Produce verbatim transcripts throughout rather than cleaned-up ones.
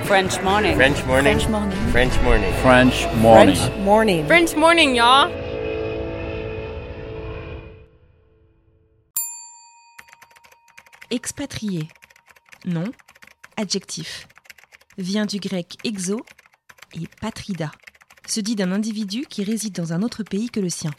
French morning. French morning. French morning. French morning. French morning. French morning. French morning, y'all. Expatrié. Nom, adjectif. Vient du grec exo et patrida. Se dit d'un individu qui réside dans un autre pays que le sien.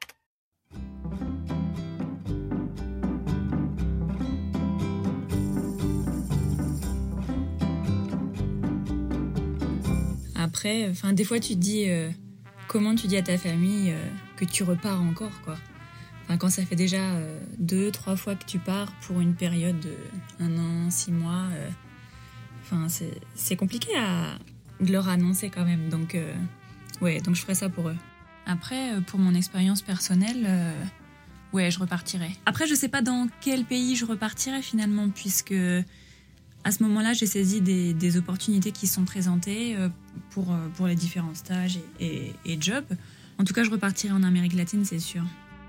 Après, enfin, des fois tu te dis euh, comment tu dis à ta famille euh, que tu repars encore, quoi. Enfin, quand ça fait déjà euh, deux, trois fois que tu pars pour une période de un an, six mois, euh, enfin, c'est, c'est compliqué à de leur annoncer quand même. Donc, euh, ouais, donc je ferai ça pour eux. Après, euh, pour mon expérience personnelle, euh, ouais, je repartirai. Après, je sais pas dans quel pays je repartirai finalement, puisque à ce moment-là, j'ai saisi des, des opportunités qui sont présentées euh, pour, euh, pour les différents stages et, et, et jobs. En tout cas, je repartirai en Amérique latine, c'est sûr.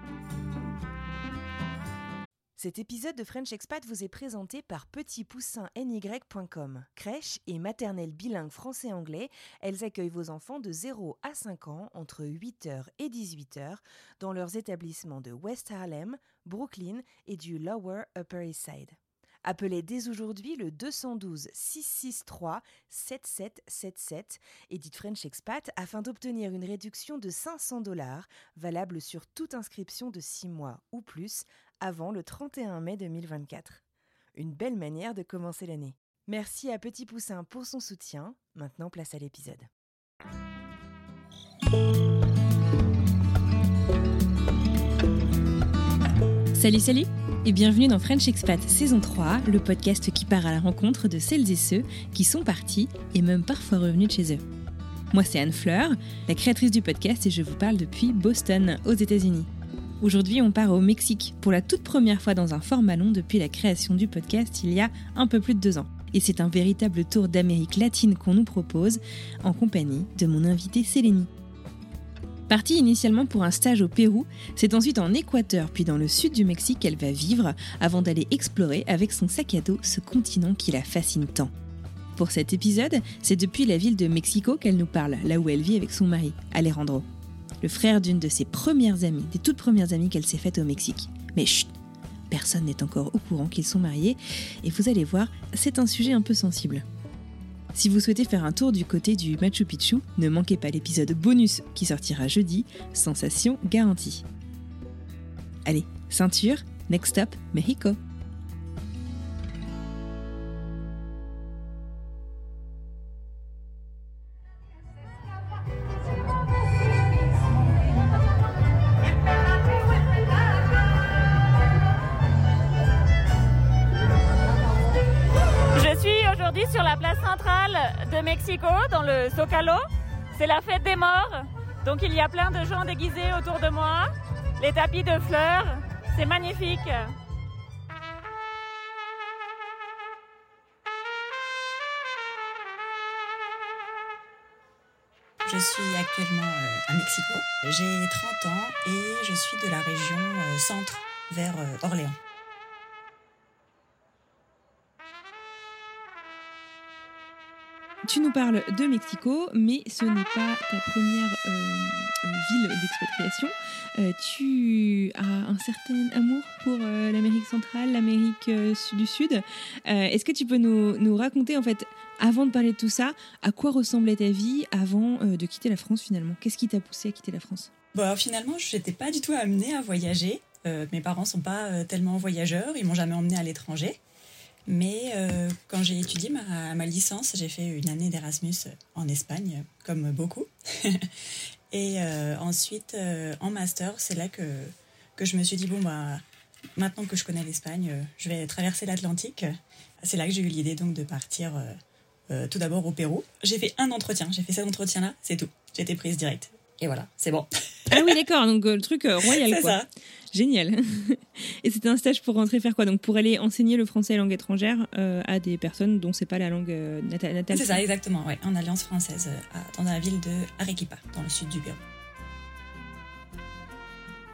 Cet épisode de French Expat vous est présenté par petit poussin n y point com. Crèche et maternelle bilingue français-anglais, elles accueillent vos enfants de zéro à cinq ans entre huit heures et dix-huit heures dans leurs établissements de West Harlem, Brooklyn et du Lower Upper East Side. Appelez dès aujourd'hui le deux un deux, six six trois, sept sept sept sept et dites French Expat afin d'obtenir une réduction de cinq cents dollars valable sur toute inscription de six mois ou plus avant le trente et un mai deux mille vingt-quatre. Une belle manière de commencer l'année. Merci à Petit Poussin pour son soutien. Maintenant, place à l'épisode. Salut, salut et bienvenue dans French Expat saison trois, le podcast qui part à la rencontre de celles et ceux qui sont partis et même parfois revenus de chez eux. Moi, c'est Anne Fleur, la créatrice du podcast et je vous parle depuis Boston, aux États-Unis. Aujourd'hui, on part au Mexique pour la toute première fois dans un format long depuis la création du podcast il y a un peu plus de deux ans. Et c'est un véritable tour d'Amérique latine qu'on nous propose en compagnie de mon invitée Sélénie. Partie initialement pour un stage au Pérou, c'est ensuite en Équateur puis dans le sud du Mexique qu'elle va vivre avant d'aller explorer avec son sac à dos ce continent qui la fascine tant. Pour cet épisode, c'est depuis la ville de Mexico qu'elle nous parle, là où elle vit avec son mari, Alejandro. Le frère d'une de ses premières amies, des toutes premières amies qu'elle s'est faites au Mexique. Mais chut, personne n'est encore au courant qu'ils sont mariés, et vous allez voir, c'est un sujet un peu sensible. Si vous souhaitez faire un tour du côté du Machu Picchu, ne manquez pas l'épisode bonus qui sortira jeudi, sensation garantie. Allez, ceinture, next stop, Mexico. Sur la place centrale de Mexico, dans le Zócalo. C'est la fête des morts, donc il y a plein de gens déguisés autour de moi, les tapis de fleurs, c'est magnifique. Je suis actuellement à Mexico, j'ai trente ans et je suis de la région centre, vers Orléans. Tu nous parles de Mexico, mais ce n'est pas ta première euh, ville d'expatriation. Euh, tu as un certain amour pour euh, l'Amérique centrale, l'Amérique euh, du Sud. Euh, est-ce que tu peux nous, nous raconter, en fait, avant de parler de tout ça, à quoi ressemblait ta vie avant euh, de quitter la France finalement ? Qu'est-ce qui t'a poussé à quitter la France ? Bon, finalement, je n'étais pas du tout amenée à voyager. Euh, mes parents ne sont pas euh, tellement voyageurs, ils ne m'ont jamais emmenée à l'étranger. Mais euh, quand j'ai étudié ma, ma licence, j'ai fait une année d'Erasmus en Espagne, comme beaucoup. Et euh, ensuite, euh, en master, c'est là que, que je me suis dit, bon, bah, maintenant que je connais l'Espagne, euh, je vais traverser l'Atlantique. C'est là que j'ai eu l'idée donc, de partir euh, euh, tout d'abord au Pérou. J'ai fait un entretien, j'ai fait cet entretien-là, c'est tout. J'ai été prise direct. Et voilà, c'est bon. Ah oui, d'accord, donc euh, le truc euh, royal, c'est quoi. Ça. Génial. Et c'était un stage pour rentrer faire quoi ? Donc pour aller enseigner le français et la langue étrangère euh, à des personnes dont c'est pas la langue euh, nata- natale. C'est ça, exactement, ouais, en Alliance française, euh, dans la ville de Arequipa, dans le sud du Pérou. C'est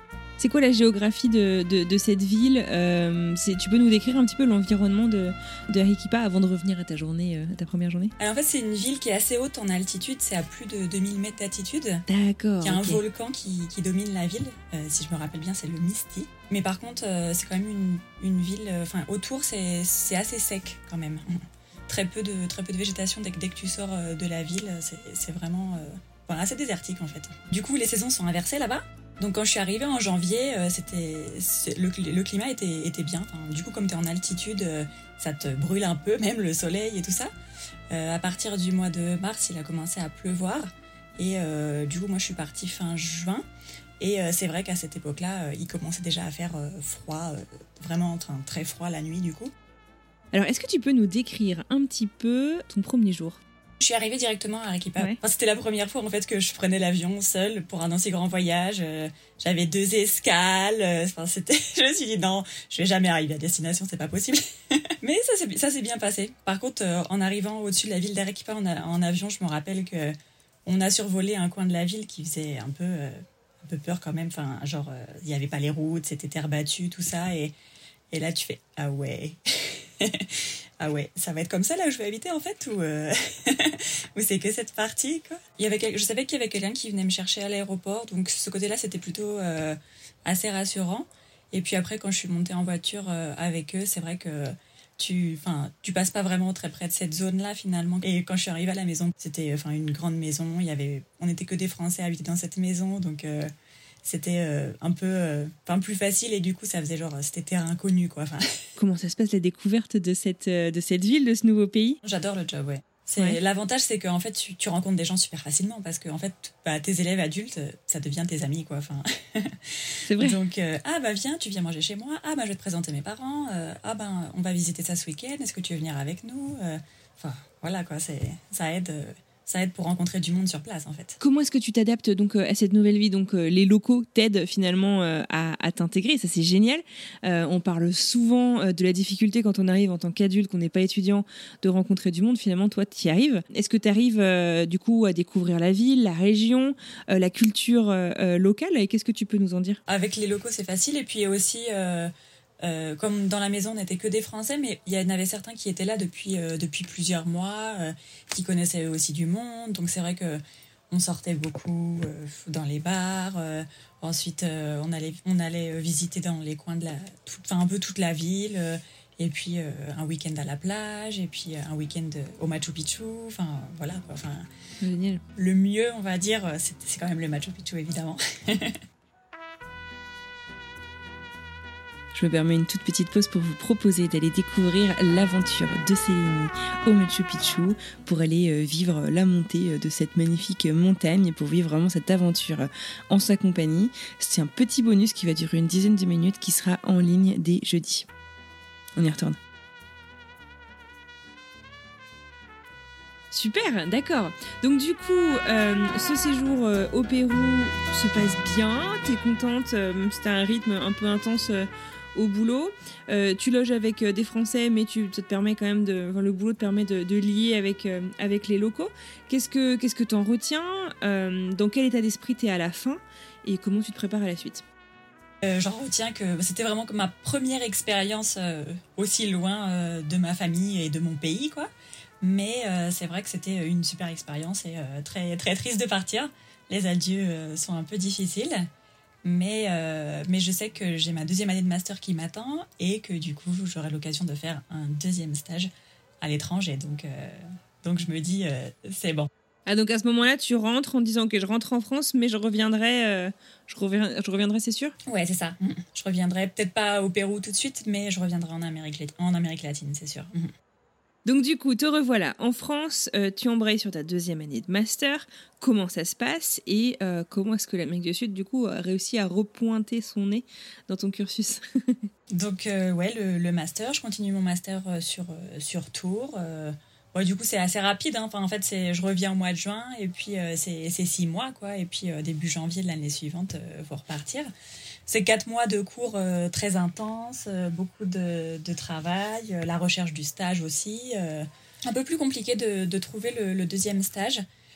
C'est quoi la géographie de, de, de cette ville euh, c'est, Tu peux nous décrire un petit peu l'environnement de, de Arequipa avant de revenir à ta journée, euh, à ta première journée? Alors en fait, c'est une ville qui est assez haute en altitude, c'est à plus de deux mille mètres d'altitude. D'accord. Il y a okay. un volcan qui, qui domine la ville, euh, si je me rappelle bien, c'est le Misti. Mais par contre, euh, c'est quand même une, une ville, enfin euh, autour, c'est, c'est assez sec quand même. Très peu de, très peu de végétation dès que, dès que tu sors de la ville, c'est, c'est vraiment euh, voilà, assez désertique en fait. Du coup, les saisons sont inversées là-bas. Donc quand je suis arrivée en janvier, euh, c'était, c'est, le, le climat était, était bien. Enfin, du coup, comme tu es en altitude, euh, ça te brûle un peu, même le soleil et tout ça. Euh, à partir du mois de mars, il a commencé à pleuvoir. Et euh, du coup, moi, je suis partie fin juin. Et euh, c'est vrai qu'à cette époque-là, euh, il commençait déjà à faire euh, froid, euh, vraiment enfin, très froid la nuit du coup. Alors, est-ce que tu peux nous décrire un petit peu ton premier jour? Je suis arrivée directement à Arequipa. Ouais. Enfin, c'était la première fois en fait que je prenais l'avion seule pour un aussi grand voyage. Euh, j'avais deux escales. Euh, enfin, c'était. Je me suis dit non, je vais jamais arriver à destination, c'est pas possible. Mais ça s'est, ça s'est bien passé. Par contre, euh, en arrivant au-dessus de la ville d'Arequipa en, en avion, je me rappelle que on a survolé un coin de la ville qui faisait un peu, euh, un peu peur quand même. Enfin, genre, il euh, y avait pas les routes, c'était terre battue, tout ça, et et là tu fais ah ouais. Ah ouais, ça va être comme ça là où je vais habiter en fait, ou, euh... ou c'est que cette partie quoi. Il y avait quel... Je savais qu'il y avait quelqu'un qui venait me chercher à l'aéroport, donc ce côté-là c'était plutôt euh, assez rassurant. Et puis après quand je suis montée en voiture euh, avec eux, c'est vrai que tu, enfin, tu passes pas vraiment très près de cette zone-là finalement. Et quand je suis arrivée à la maison, c'était enfin une grande maison. Il y avait, on n'était que des Français habités dans cette maison, donc. Euh... C'était euh, un peu euh, enfin, plus facile et du coup ça faisait genre c'était terrain inconnu quoi. Enfin... Comment ça se passe la découverte de cette, de cette ville, de ce nouveau pays? J'adore le job, ouais. C'est, ouais. L'avantage c'est qu'en fait tu, tu rencontres des gens super facilement parce que en fait bah, tes élèves adultes ça devient tes amis quoi. Enfin... C'est vrai. Donc euh, ah bah viens tu viens manger chez moi, ah bah je vais te présenter mes parents, euh, ah ben on va visiter ça ce week-end, est-ce que tu veux venir avec nous, euh, enfin voilà quoi, c'est, ça aide. Euh... Ça aide pour rencontrer du monde sur place, en fait. Comment est-ce que tu t'adaptes donc à cette nouvelle vie? Donc les locaux t'aident finalement à, à t'intégrer, ça c'est génial. Euh, on parle souvent de la difficulté quand on arrive en tant qu'adulte, qu'on n'est pas étudiant, de rencontrer du monde. Finalement, toi, tu y arrives. Est-ce que tu arrives euh, du coup à découvrir la ville, la région, euh, la culture euh, locale? Et qu'est-ce que tu peux nous en dire? Avec les locaux, c'est facile. Et puis aussi... Euh... Euh, comme dans la maison on n'était que des Français, mais il y en avait certains qui étaient là depuis euh, depuis plusieurs mois, euh, qui connaissaient aussi du monde. Donc c'est vrai que on sortait beaucoup euh, dans les bars. Euh, ensuite euh, on allait on allait visiter dans les coins de la, enfin un peu toute la ville. Euh, et puis euh, un week-end à la plage, et puis un week-end au Machu Picchu. Enfin voilà quoi. Enfin génial. Le mieux on va dire c'est, c'est quand même le Machu Picchu évidemment. Je me permets une toute petite pause pour vous proposer d'aller découvrir l'aventure de Céline au Machu Picchu pour aller vivre la montée de cette magnifique montagne et pour vivre vraiment cette aventure en sa compagnie. C'est un petit bonus qui va durer une dizaine de minutes qui sera en ligne dès jeudi. On y retourne. Super, d'accord. Donc du coup, euh, ce séjour euh, au Pérou se passe bien. T'es contente, euh, même si t'as un rythme un peu intense euh, au boulot. Euh, tu loges avec euh, des Français, mais tu, ça te permet quand même de, enfin, le boulot te permet de, de lier avec euh, avec les locaux. Qu'est-ce que qu'est-ce que t'en retiens? euh, Dans quel état d'esprit t'es à la fin et comment tu te prépares à la suite? Euh, j'en retiens que c'était vraiment ma première expérience euh, aussi loin euh, de ma famille et de mon pays, quoi. Mais euh, c'est vrai que c'était une super expérience et euh, très, très triste de partir. Les adieux euh, sont un peu difficiles. Mais, euh, mais je sais que j'ai ma deuxième année de master qui m'attend et que du coup, j'aurai l'occasion de faire un deuxième stage à l'étranger. Donc, euh, donc je me dis, euh, c'est bon. Ah, donc à ce moment-là, tu rentres en disant que je rentre en France, mais je reviendrai, euh, je reviendrai, je reviendrai, c'est sûr? Ouais, c'est ça. Je reviendrai peut-être pas au Pérou tout de suite, mais je reviendrai en Amérique, en Amérique latine, c'est sûr. Donc du coup, te revoilà en France, euh, tu embrayes sur ta deuxième année de master. Comment ça se passe et euh, comment est-ce que l'Amérique du Sud, du coup, a réussi à repointer son nez dans ton cursus? Donc euh, ouais, le, le master, je continue mon master sur, sur Tours. Euh, ouais, du coup, c'est assez rapide. Hein. Enfin, en fait, c'est, je reviens au mois de juin et puis euh, c'est, c'est six mois, quoi. Et puis euh, début janvier de l'année suivante, euh, faut repartir. C'est quatre mois de cours euh, très intenses, euh, beaucoup de, de travail, euh, la recherche du stage aussi. Euh, un peu plus compliqué de, de trouver le, le deuxième stage.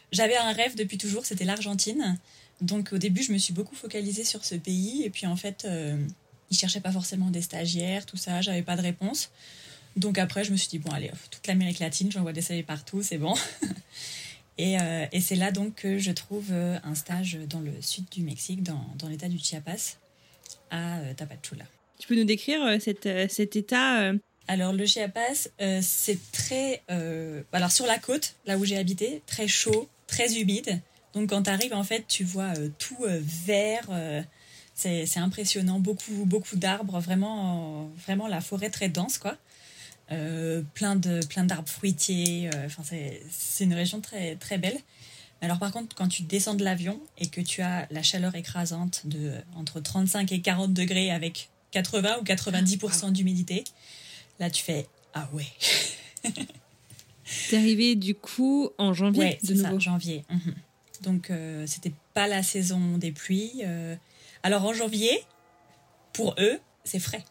j'avais un rêve depuis toujours, c'était l'Argentine. Donc au début, je me suis beaucoup focalisée sur ce pays. Et puis en fait, euh, ils cherchaient pas forcément des stagiaires, tout ça. J'avais pas de réponse. Donc après, je me suis dit, bon, allez, toute l'Amérique latine, j'envoie des C V partout, c'est bon. et, euh, et c'est là donc que je trouve un stage dans le sud du Mexique, dans, dans l'état du Chiapas, à euh, Tapachula. Tu peux nous décrire euh, cette, euh, cet état euh... Alors, le Chiapas, euh, c'est très... Euh, alors, sur la côte, là où j'ai habité, très chaud, très humide. Donc, quand tu arrives, en fait, tu vois euh, tout euh, vert. Euh, c'est, c'est impressionnant. Beaucoup, beaucoup d'arbres. Vraiment, euh, vraiment la forêt très dense, quoi. Euh, plein, de, plein d'arbres fruitiers. Enfin, euh, c'est, c'est une région très, très belle. Alors, par contre, quand tu descends de l'avion et que tu as la chaleur écrasante de euh, entre trente-cinq et quarante degrés avec quatre-vingts ou quatre-vingt-dix pour cent d'humidité, là, tu fais « Ah ouais !» T'es arrivé du coup en janvier ouais, de c'est nouveau. ça, janvier. Mmh. Donc, euh, c'était pas la saison des pluies. Euh... Alors, en janvier, pour eux, c'est frais.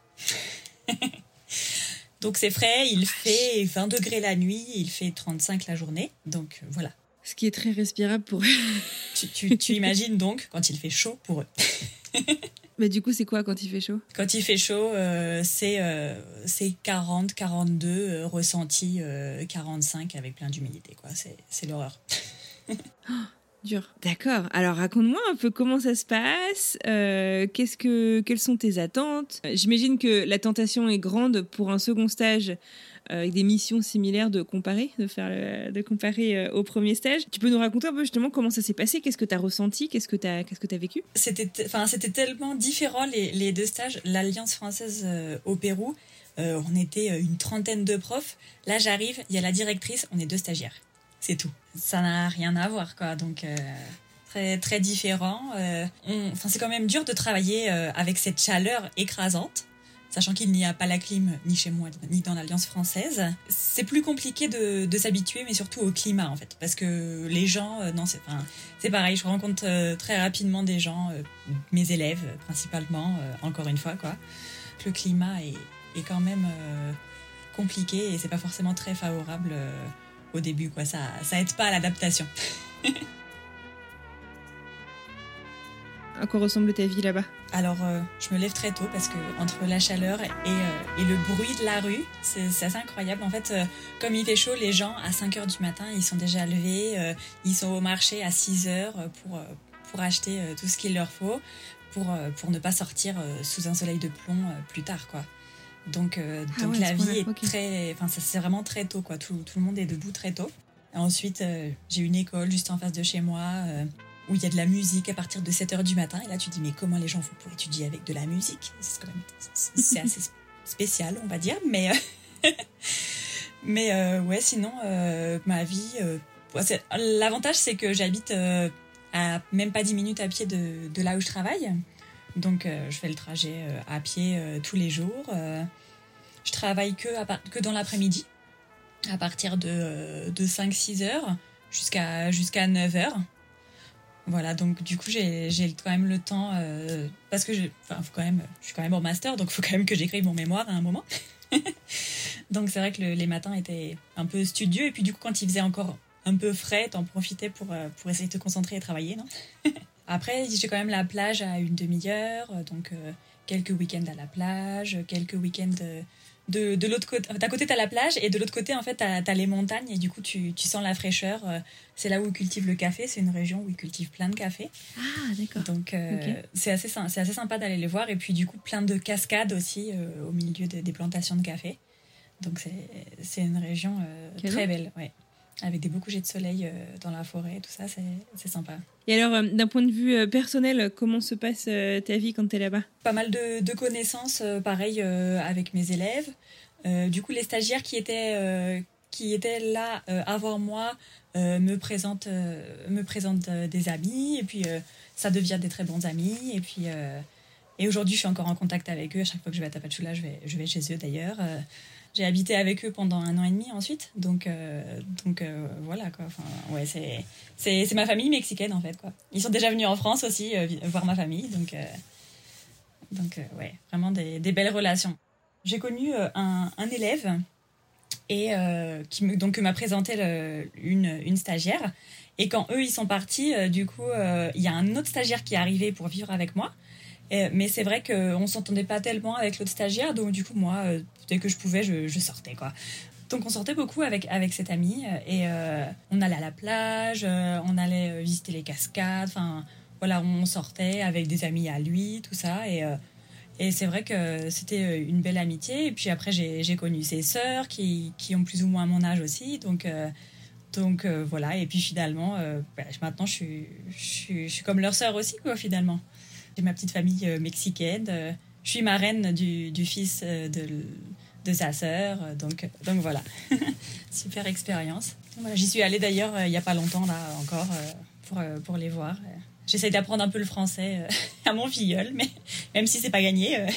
Donc, c'est frais, il fait vingt degrés la nuit, il fait trente-cinq la journée. Donc, voilà. Ce qui est très respirable pour eux. tu, tu, tu imagines donc quand il fait chaud pour eux. Mais du coup, c'est quoi quand il fait chaud ? Quand il fait chaud, euh, c'est, euh, c'est quarante, quarante-deux, euh, ressenti euh, quarante-cinq avec plein d'humidité, quoi. C'est, c'est l'horreur. Oh, dur. D'accord. Alors, raconte-moi un peu comment ça se passe. Euh, qu'est-ce que, quelles sont tes attentes ? J'imagine que la tentation est grande pour un second stage avec des missions similaires de comparer, de faire le, de comparer au premier stage. Tu peux nous raconter un peu justement comment ça s'est passé ? Qu'est-ce que tu as ressenti ? Qu'est-ce que tu as qu'est-ce que tu as vécu ? C'était, enfin, c'était tellement différent les, les deux stages. L'Alliance française euh, au Pérou, euh, on était une trentaine de profs. Là, j'arrive, il y a la directrice, on est deux stagiaires. C'est tout. Ça n'a rien à voir, quoi. Donc, euh, très, très différent. Euh, on, enfin, c'est quand même dur de travailler euh, avec cette chaleur écrasante, sachant qu'il n'y a pas la clim ni chez moi ni dans l'Alliance française. C'est plus compliqué de, de s'habituer, mais surtout au climat, en fait. Parce que les gens, euh, non, c'est, enfin, c'est pareil, je rencontre euh, très rapidement des gens, euh, mes élèves principalement, euh, encore une fois, quoi. Le climat est, est quand même euh, compliqué et c'est pas forcément très favorable euh, au début, quoi. Ça, ça aide pas à l'adaptation. À quoi ressemble ta vie là-bas ? Alors, euh, je me lève très tôt parce que entre la chaleur et, euh, et le bruit de la rue, c'est, c'est assez incroyable. En fait, euh, comme il fait chaud, les gens, à cinq heures du matin, ils sont déjà levés. Euh, ils sont au marché à six heures pour, euh, pour acheter euh, tout ce qu'il leur faut pour, euh, pour ne pas sortir euh, sous un soleil de plomb euh, plus tard, quoi. Donc, euh, ah donc ouais, la vie est okay. très... Enfin, ça, c'est vraiment très tôt, quoi. Tout, tout le monde est debout très tôt. Et ensuite, euh, j'ai une école juste en face de chez moi... Euh, où il y a de la musique à partir de sept heures du matin. Et là, tu te dis, mais comment les gens font pour étudier avec de la musique ? C'est, quand même, c'est assez spécial, on va dire. Mais, euh, mais euh, ouais, sinon, euh, ma vie... Euh, c'est, l'avantage, c'est que j'habite euh, à même pas dix minutes à pied de, de là où je travaille. Donc, euh, je fais le trajet euh, à pied euh, tous les jours. Euh, je travaille que, à, que dans l'après-midi, à partir de, euh, de cinq six heures jusqu'à, jusqu'à neuf heures. Voilà, donc du coup, j'ai, j'ai quand même le temps, euh, parce que je, enfin, faut quand même, je suis quand même en master, donc il faut quand même que j'écrive mon mémoire à un moment. Donc c'est vrai que le, les matins étaient un peu studieux, et puis du coup, quand il faisait encore un peu frais, t'en profitais pour, pour essayer de te concentrer et travailler, non ? Après, j'ai quand même la plage à une demi-heure, donc euh, quelques week-ends à la plage, quelques week-ends... Euh, De, de l'autre côté, d'un côté, t'as la plage et de l'autre côté, en fait, t'as, t'as les montagnes et du coup, tu, tu sens la fraîcheur. C'est là où ils cultivent le café. C'est une région où ils cultivent plein de café. Ah, d'accord. Donc, euh, okay. c'est, assez, c'est assez sympa d'aller les voir. Et puis, du coup, plein de cascades aussi euh, au milieu de, des plantations de café. Donc, c'est, c'est une région euh, très belle, ouais. Avec des beaux couchers de soleil euh, dans la forêt et tout ça, c'est, c'est sympa. Et alors, euh, d'un point de vue euh, personnel, comment se passe euh, ta vie quand t'es là-bas ? Pas mal de, de connaissances, euh, pareil, euh, avec mes élèves. Euh, du coup, les stagiaires qui étaient, euh, qui étaient là euh, avant moi euh, me présentent, euh, me présentent euh, des amis. Et puis, euh, ça devient des très bons amis. Et puis... Euh, et aujourd'hui, je suis encore en contact avec eux. À chaque fois que je vais à Tapachula, je vais, je vais chez eux d'ailleurs. Euh, j'ai habité avec eux pendant un an et demi ensuite. Donc, euh, donc euh, voilà, quoi. Enfin, ouais, c'est, c'est, c'est ma famille mexicaine, en fait, quoi. Ils sont déjà venus en France aussi euh, voir ma famille. Donc, euh, donc euh, ouais, vraiment des, des belles relations. J'ai connu euh, un, un élève et euh, qui me, donc, m'a présenté le, une, une stagiaire. Et quand eux, ils sont partis, euh, du coup, il euh, y a un autre stagiaire qui est arrivé pour vivre avec moi. Et, mais c'est vrai qu'on ne s'entendait pas tellement avec l'autre stagiaire. Donc, du coup, moi, euh, dès que je pouvais, je, je sortais, quoi. Donc, on sortait beaucoup avec, avec cette amie. Et euh, on allait à la plage, euh, on allait visiter les cascades. Enfin, voilà, on sortait avec des amis à lui, tout ça. Et, euh, et c'est vrai que c'était une belle amitié. Et puis après, j'ai, j'ai connu ses sœurs qui, qui ont plus ou moins mon âge aussi. Donc... Euh, Donc euh, voilà, et puis finalement, euh, bah, maintenant je suis, je, suis, je suis comme leur sœur aussi, quoi, finalement. J'ai ma petite famille euh, mexicaine, euh, je suis marraine du, du fils euh, de, de sa sœur, euh, donc, donc voilà, super expérience. Voilà, j'y suis allée d'ailleurs euh, il n'y a pas longtemps, là encore, euh, pour, euh, pour les voir. J'essaie d'apprendre un peu le français euh, à mon filleul, mais même si c'est pas gagné. Euh.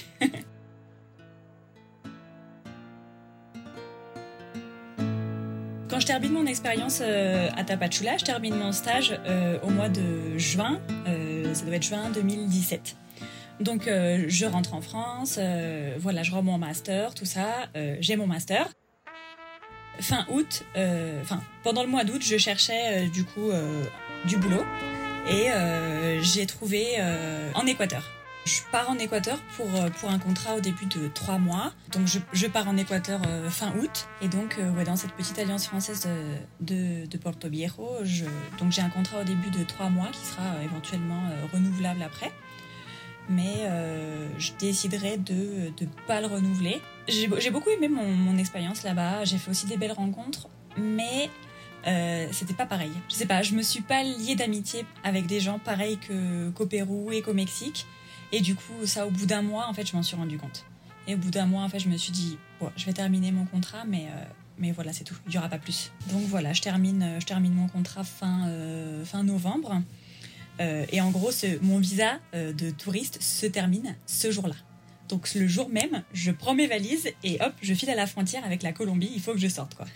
Quand je termine mon expérience euh, à Tapachula, je termine mon stage euh, au mois de juin, euh, ça doit être juin deux mille dix-sept. Donc euh, je rentre en France, euh, voilà, je rends mon master, tout ça, euh, j'ai mon master. Fin août, enfin euh, pendant le mois d'août, je cherchais euh, du coup euh, du boulot et euh, j'ai trouvé euh, en Équateur. Je pars en Équateur pour, pour un contrat au début de trois mois. Donc je, je pars en Équateur euh, fin août. Et donc euh, ouais, dans cette petite alliance française de, de, de Porto Viejo, je, donc j'ai un contrat au début de trois mois qui sera euh, éventuellement euh, renouvelable après. Mais euh, je déciderai de ne pas le renouveler. J'ai, j'ai beaucoup aimé mon, mon expérience là-bas. J'ai fait aussi des belles rencontres. Mais euh, c'était pas pareil. Je sais pas, je me suis pas liée d'amitié avec des gens pareils que, qu'au Pérou et qu'au Mexique. Et du coup, ça, au bout d'un mois, en fait, je m'en suis rendu compte. Et au bout d'un mois, en fait, je me suis dit, bon, je vais terminer mon contrat, mais, euh, mais voilà, c'est tout. Il n'y aura pas plus. Donc voilà, je termine, je termine mon contrat fin, euh, fin novembre. Euh, et en gros, ce, mon visa euh, de touriste se termine ce jour-là. Donc le jour même, je prends mes valises et hop, je file à la frontière avec la Colombie. Il faut que je sorte, quoi.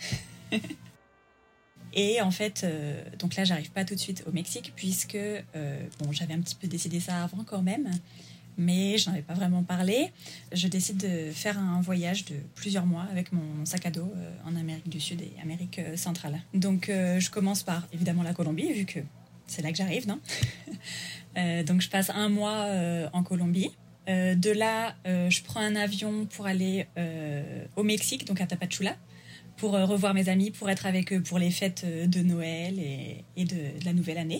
Et en fait, euh, donc là, j'arrive pas tout de suite au Mexique puisque, euh, bon, j'avais un petit peu décidé ça avant quand même, mais je n'en avais pas vraiment parlé. Je décide de faire un voyage de plusieurs mois avec mon sac à dos euh, en Amérique du Sud et Amérique centrale. Donc, euh, je commence par, évidemment, la Colombie, vu que c'est là que j'arrive, non euh, Donc, je passe un mois euh, en Colombie. Euh, de là, euh, je prends un avion pour aller euh, au Mexique, donc à Tapachula, pour euh, revoir mes amis, pour être avec eux pour les fêtes de Noël et, et de, de la nouvelle année.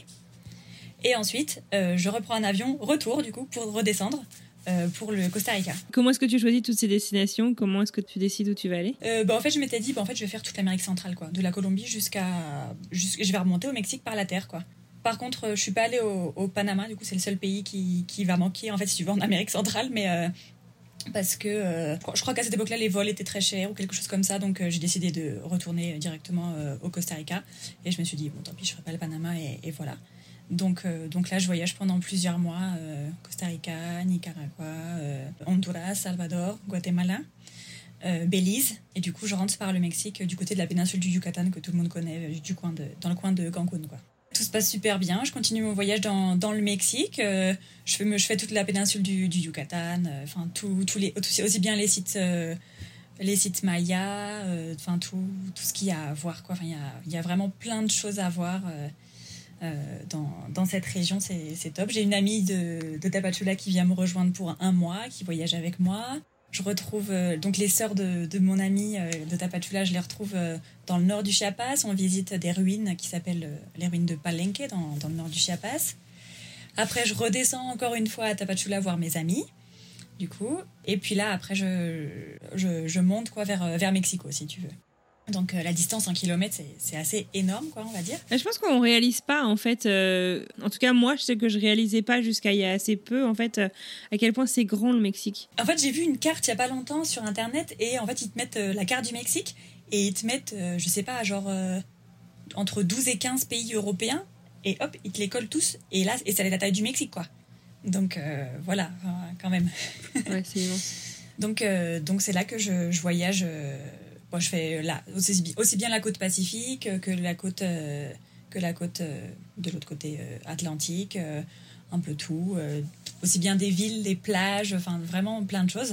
Et ensuite, euh, je reprends un avion, retour du coup, pour redescendre euh, pour le Costa Rica. Comment est-ce que tu choisis toutes ces destinations ? Comment est-ce que tu décides où tu vas aller ? euh, bah, En fait, je m'étais dit, bah, en fait, je vais faire toute l'Amérique centrale, quoi, de la Colombie jusqu'à... jusqu'à... Je vais remonter au Mexique par la terre, quoi. Par contre, je suis pas allée au, au Panama, du coup, c'est le seul pays qui, qui va manquer, en fait, si tu veux, en Amérique centrale, mais... Euh, parce que euh, je crois qu'à cette époque-là, les vols étaient très chers ou quelque chose comme ça, donc euh, j'ai décidé de retourner directement euh, au Costa Rica. Et je me suis dit, bon, tant pis, je ferai pas le Panama, et, et voilà. Donc, euh, donc là, je voyage pendant plusieurs mois, euh, Costa Rica, Nicaragua, euh, Honduras, Salvador, Guatemala, euh, Belize. Et du coup, je rentre par le Mexique, du côté de la péninsule du Yucatan, que tout le monde connaît, du coin de, dans le coin de Cancun, quoi. Tout se passe super bien. Je continue mon voyage dans, dans le Mexique. Euh, je, fais, je fais toute la péninsule du, du Yucatan. Enfin, euh, tout, tout les, tout, aussi bien les sites, euh, les sites mayas. Enfin, euh, tout, tout ce qu'il y a à voir, quoi. Enfin, il y a, il y a vraiment plein de choses à voir euh, euh, dans, dans cette région. C'est, c'est top. J'ai une amie de, de Tapachula qui vient me rejoindre pour un mois, qui voyage avec moi. Je retrouve euh, donc les sœurs de, de mon amie euh, de Tapachula, je les retrouve euh, dans le nord du Chiapas. On visite des ruines qui s'appellent euh, les ruines de Palenque dans, dans le nord du Chiapas. Après, je redescends encore une fois à Tapachula voir mes amis, du coup. Et puis là, après, je, je, je monte quoi, vers, vers Mexico, si tu veux. Donc euh, la distance en kilomètres, c'est, c'est assez énorme, quoi, on va dire. Je pense qu'on réalise pas, en fait. Euh, en tout cas, moi, je sais que je réalisais pas jusqu'à il y a assez peu, en fait, euh, à quel point c'est grand le Mexique. En fait, j'ai vu une carte il y a pas longtemps sur Internet et en fait, ils te mettent euh, la carte du Mexique et ils te mettent, euh, je sais pas, genre euh, entre douze et quinze pays européens et hop, ils te les collent tous et là, et ça est la taille du Mexique, quoi. Donc euh, voilà, enfin, quand même. Ouais, c'est immense. donc euh, donc c'est là que je, je voyage. Euh, Bon, je fais là, aussi, aussi bien la côte Pacifique que la côte, euh, que la côte euh, de l'autre côté euh, Atlantique, euh, un peu tout. Euh, aussi bien des villes, des plages, enfin vraiment plein de choses.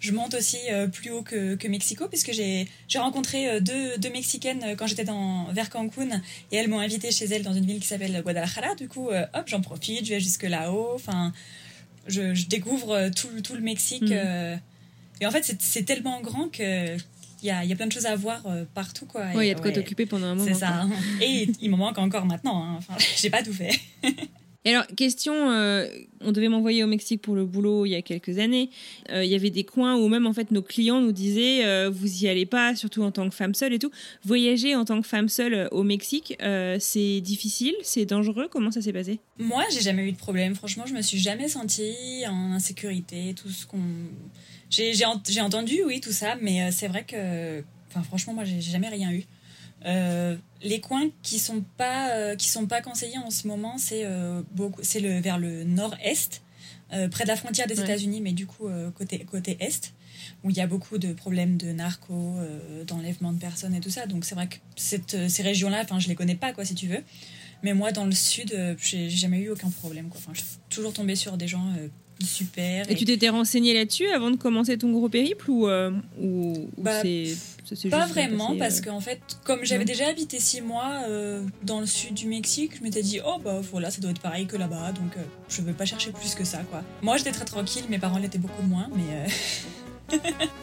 je monte aussi euh, plus haut que, que Mexico, puisque j'ai, j'ai rencontré euh, deux, deux Mexicaines quand j'étais dans, vers Cancun, et elles m'ont invitée chez elles dans une ville qui s'appelle Guadalajara. Du coup, euh, hop, j'en profite, je vais jusque là-haut. Enfin, je, je découvre tout, tout le Mexique. Mmh. Euh, et en fait, c'est, c'est tellement grand que... Il y, a, il y a plein de choses à voir euh, partout, quoi. Oui, il y a de quoi ouais, t'occuper pendant un moment. C'est ça. Hein. Et il m'en manque encore maintenant. Hein. Enfin, j'ai pas tout fait. Et alors, question, euh, on devait m'envoyer au Mexique pour le boulot il y a quelques années. Euh, il y avait des coins où même, en fait, nos clients nous disaient euh, « vous y allez pas, surtout en tant que femme seule et tout ». Voyager en tant que femme seule au Mexique, euh, c'est difficile, c'est dangereux. Comment ça s'est passé ? Moi, j'ai jamais eu de problème. Franchement, je me suis jamais sentie en insécurité. Tout ce qu'on... J'ai, j'ai, ent- j'ai entendu, oui, tout ça, mais euh, c'est vrai que... Enfin, franchement, moi, j'ai, j'ai jamais rien eu. Euh, les coins qui sont pas euh, qui sont pas conseillés en ce moment, c'est euh, beaucoup, c'est le vers le nord-est, euh, près de la frontière des ouais. États-Unis, mais du coup euh, côté côté est, où il y a beaucoup de problèmes de narco, euh, d'enlèvement de personnes et tout ça. Donc c'est vrai que cette, ces régions-là, enfin je les connais pas quoi, si tu veux. Mais moi dans le sud, euh, j'ai, j'ai jamais eu aucun problème quoi. Enfin, je suis toujours tombée sur des gens euh, super. Et, et tu t'étais renseignée là-dessus avant de commencer ton gros périple ou euh, ou, bah, ou c'est Ça, c'est pas vraiment, passé, parce euh... qu'en fait, comme j'avais non. déjà habité six mois euh, dans le sud du Mexique, je m'étais dit, oh bah voilà, ça doit être pareil que là-bas, donc euh, je veux pas chercher plus que ça, quoi. Moi, j'étais très tranquille, mes parents l'étaient beaucoup moins, mais... Euh...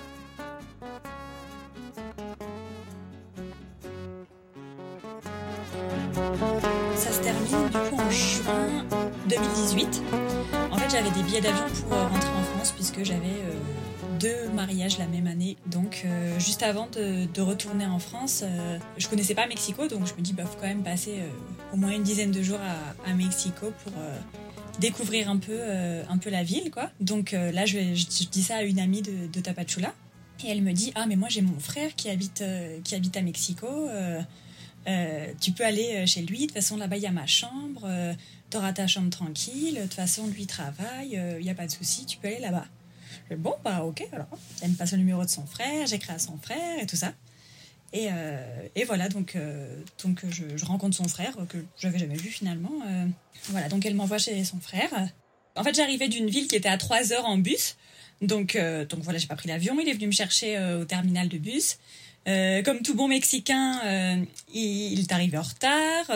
ça se termine, du coup, en juin deux mille dix-huit. En fait, j'avais des billets d'avion pour euh, rentrer en France, puisque j'avais... Euh... deux mariages la même année. Donc, euh, juste avant de, de retourner en France, euh, je connaissais pas Mexico, donc je me dis, bah, faut quand même passer euh, au moins une dizaine de jours à, à Mexico pour euh, découvrir un peu, euh, un peu la ville, quoi. Donc euh, là, je, je, je dis ça à une amie de, de Tapachula, et elle me dit, ah, mais moi, j'ai mon frère qui habite, euh, qui habite à Mexico, euh, euh, tu peux aller chez lui, de toute façon, là-bas, il y a ma chambre, euh, t'auras ta chambre tranquille, de toute façon, lui travaille, il euh, n'y a pas de souci, tu peux aller là-bas. Bon, bah ok, alors elle me passe le numéro de son frère, j'écris à son frère et tout ça. Et, euh, et voilà, donc, euh, donc je, je rencontre son frère, que j'avais jamais vu finalement. Euh, voilà, donc elle m'envoie chez son frère. En fait, j'arrivais d'une ville qui était à trois heures en bus. Donc, euh, donc voilà, j'ai pas pris l'avion, il est venu me chercher euh, au terminal de bus. Euh, comme tout bon Mexicain, euh, il, il est arrivé en retard.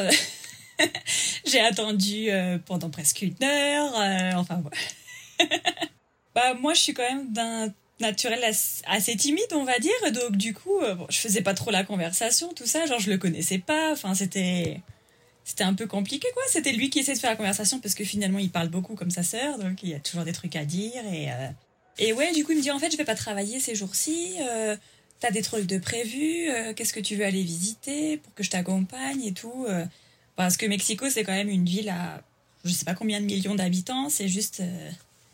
J'ai attendu euh, pendant presque une heure. Euh, enfin, voilà. Bah, moi, je suis quand même d'un naturel assez timide, on va dire. Donc, du coup, euh, bon, je faisais pas trop la conversation, tout ça. Genre, je le connaissais pas. Enfin, c'était, c'était un peu compliqué, quoi. C'était lui qui essayait de faire la conversation parce que finalement, il parle beaucoup comme sa sœur. Donc, il y a toujours des trucs à dire. Et, euh... et ouais, du coup, il me dit, en fait, je vais pas travailler ces jours-ci. Euh, t'as des trucs de prévus. Euh, qu'est-ce que tu veux aller visiter pour que je t'accompagne et tout. Euh, parce que Mexico, c'est quand même une ville à je sais pas combien de millions d'habitants. C'est juste... Euh...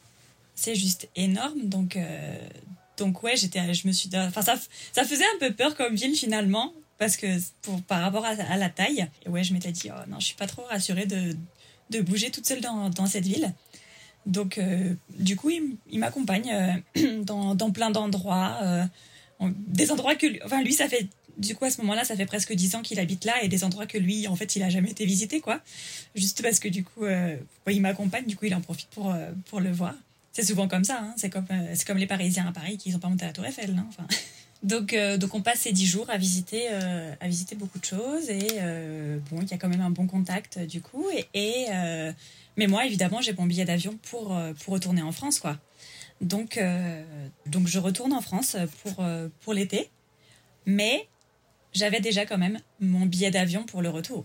c'est juste énorme, donc euh, donc ouais, j'étais, je me suis, enfin ça, ça faisait un peu peur comme ville finalement, parce que pour par rapport à, à la taille, et ouais, je m'étais dit oh non, je suis pas trop rassurée de de bouger toute seule dans dans cette ville, donc euh, du coup il, il m'accompagne euh, dans dans plein d'endroits, euh, des endroits que, lui, enfin lui ça fait du coup à ce moment-là ça fait presque dix ans qu'il habite là, et des endroits que lui en fait il a jamais été visité quoi, juste parce que du coup euh, ouais, il m'accompagne, du coup il en profite pour euh, pour le voir. C'est souvent comme ça, hein. c'est, comme, euh, c'est comme les Parisiens à Paris qui n'ont pas monté à la Tour Eiffel. Hein. Enfin. Donc, euh, donc on passe ces dix jours à visiter, euh, à visiter beaucoup de choses, et euh, bon, il y a quand même un bon contact du coup. Et, et, euh, mais moi, évidemment, j'ai mon billet d'avion pour, euh, pour retourner en France, quoi. Donc, euh, donc je retourne en France pour, euh, pour l'été, mais j'avais déjà quand même mon billet d'avion pour le retour.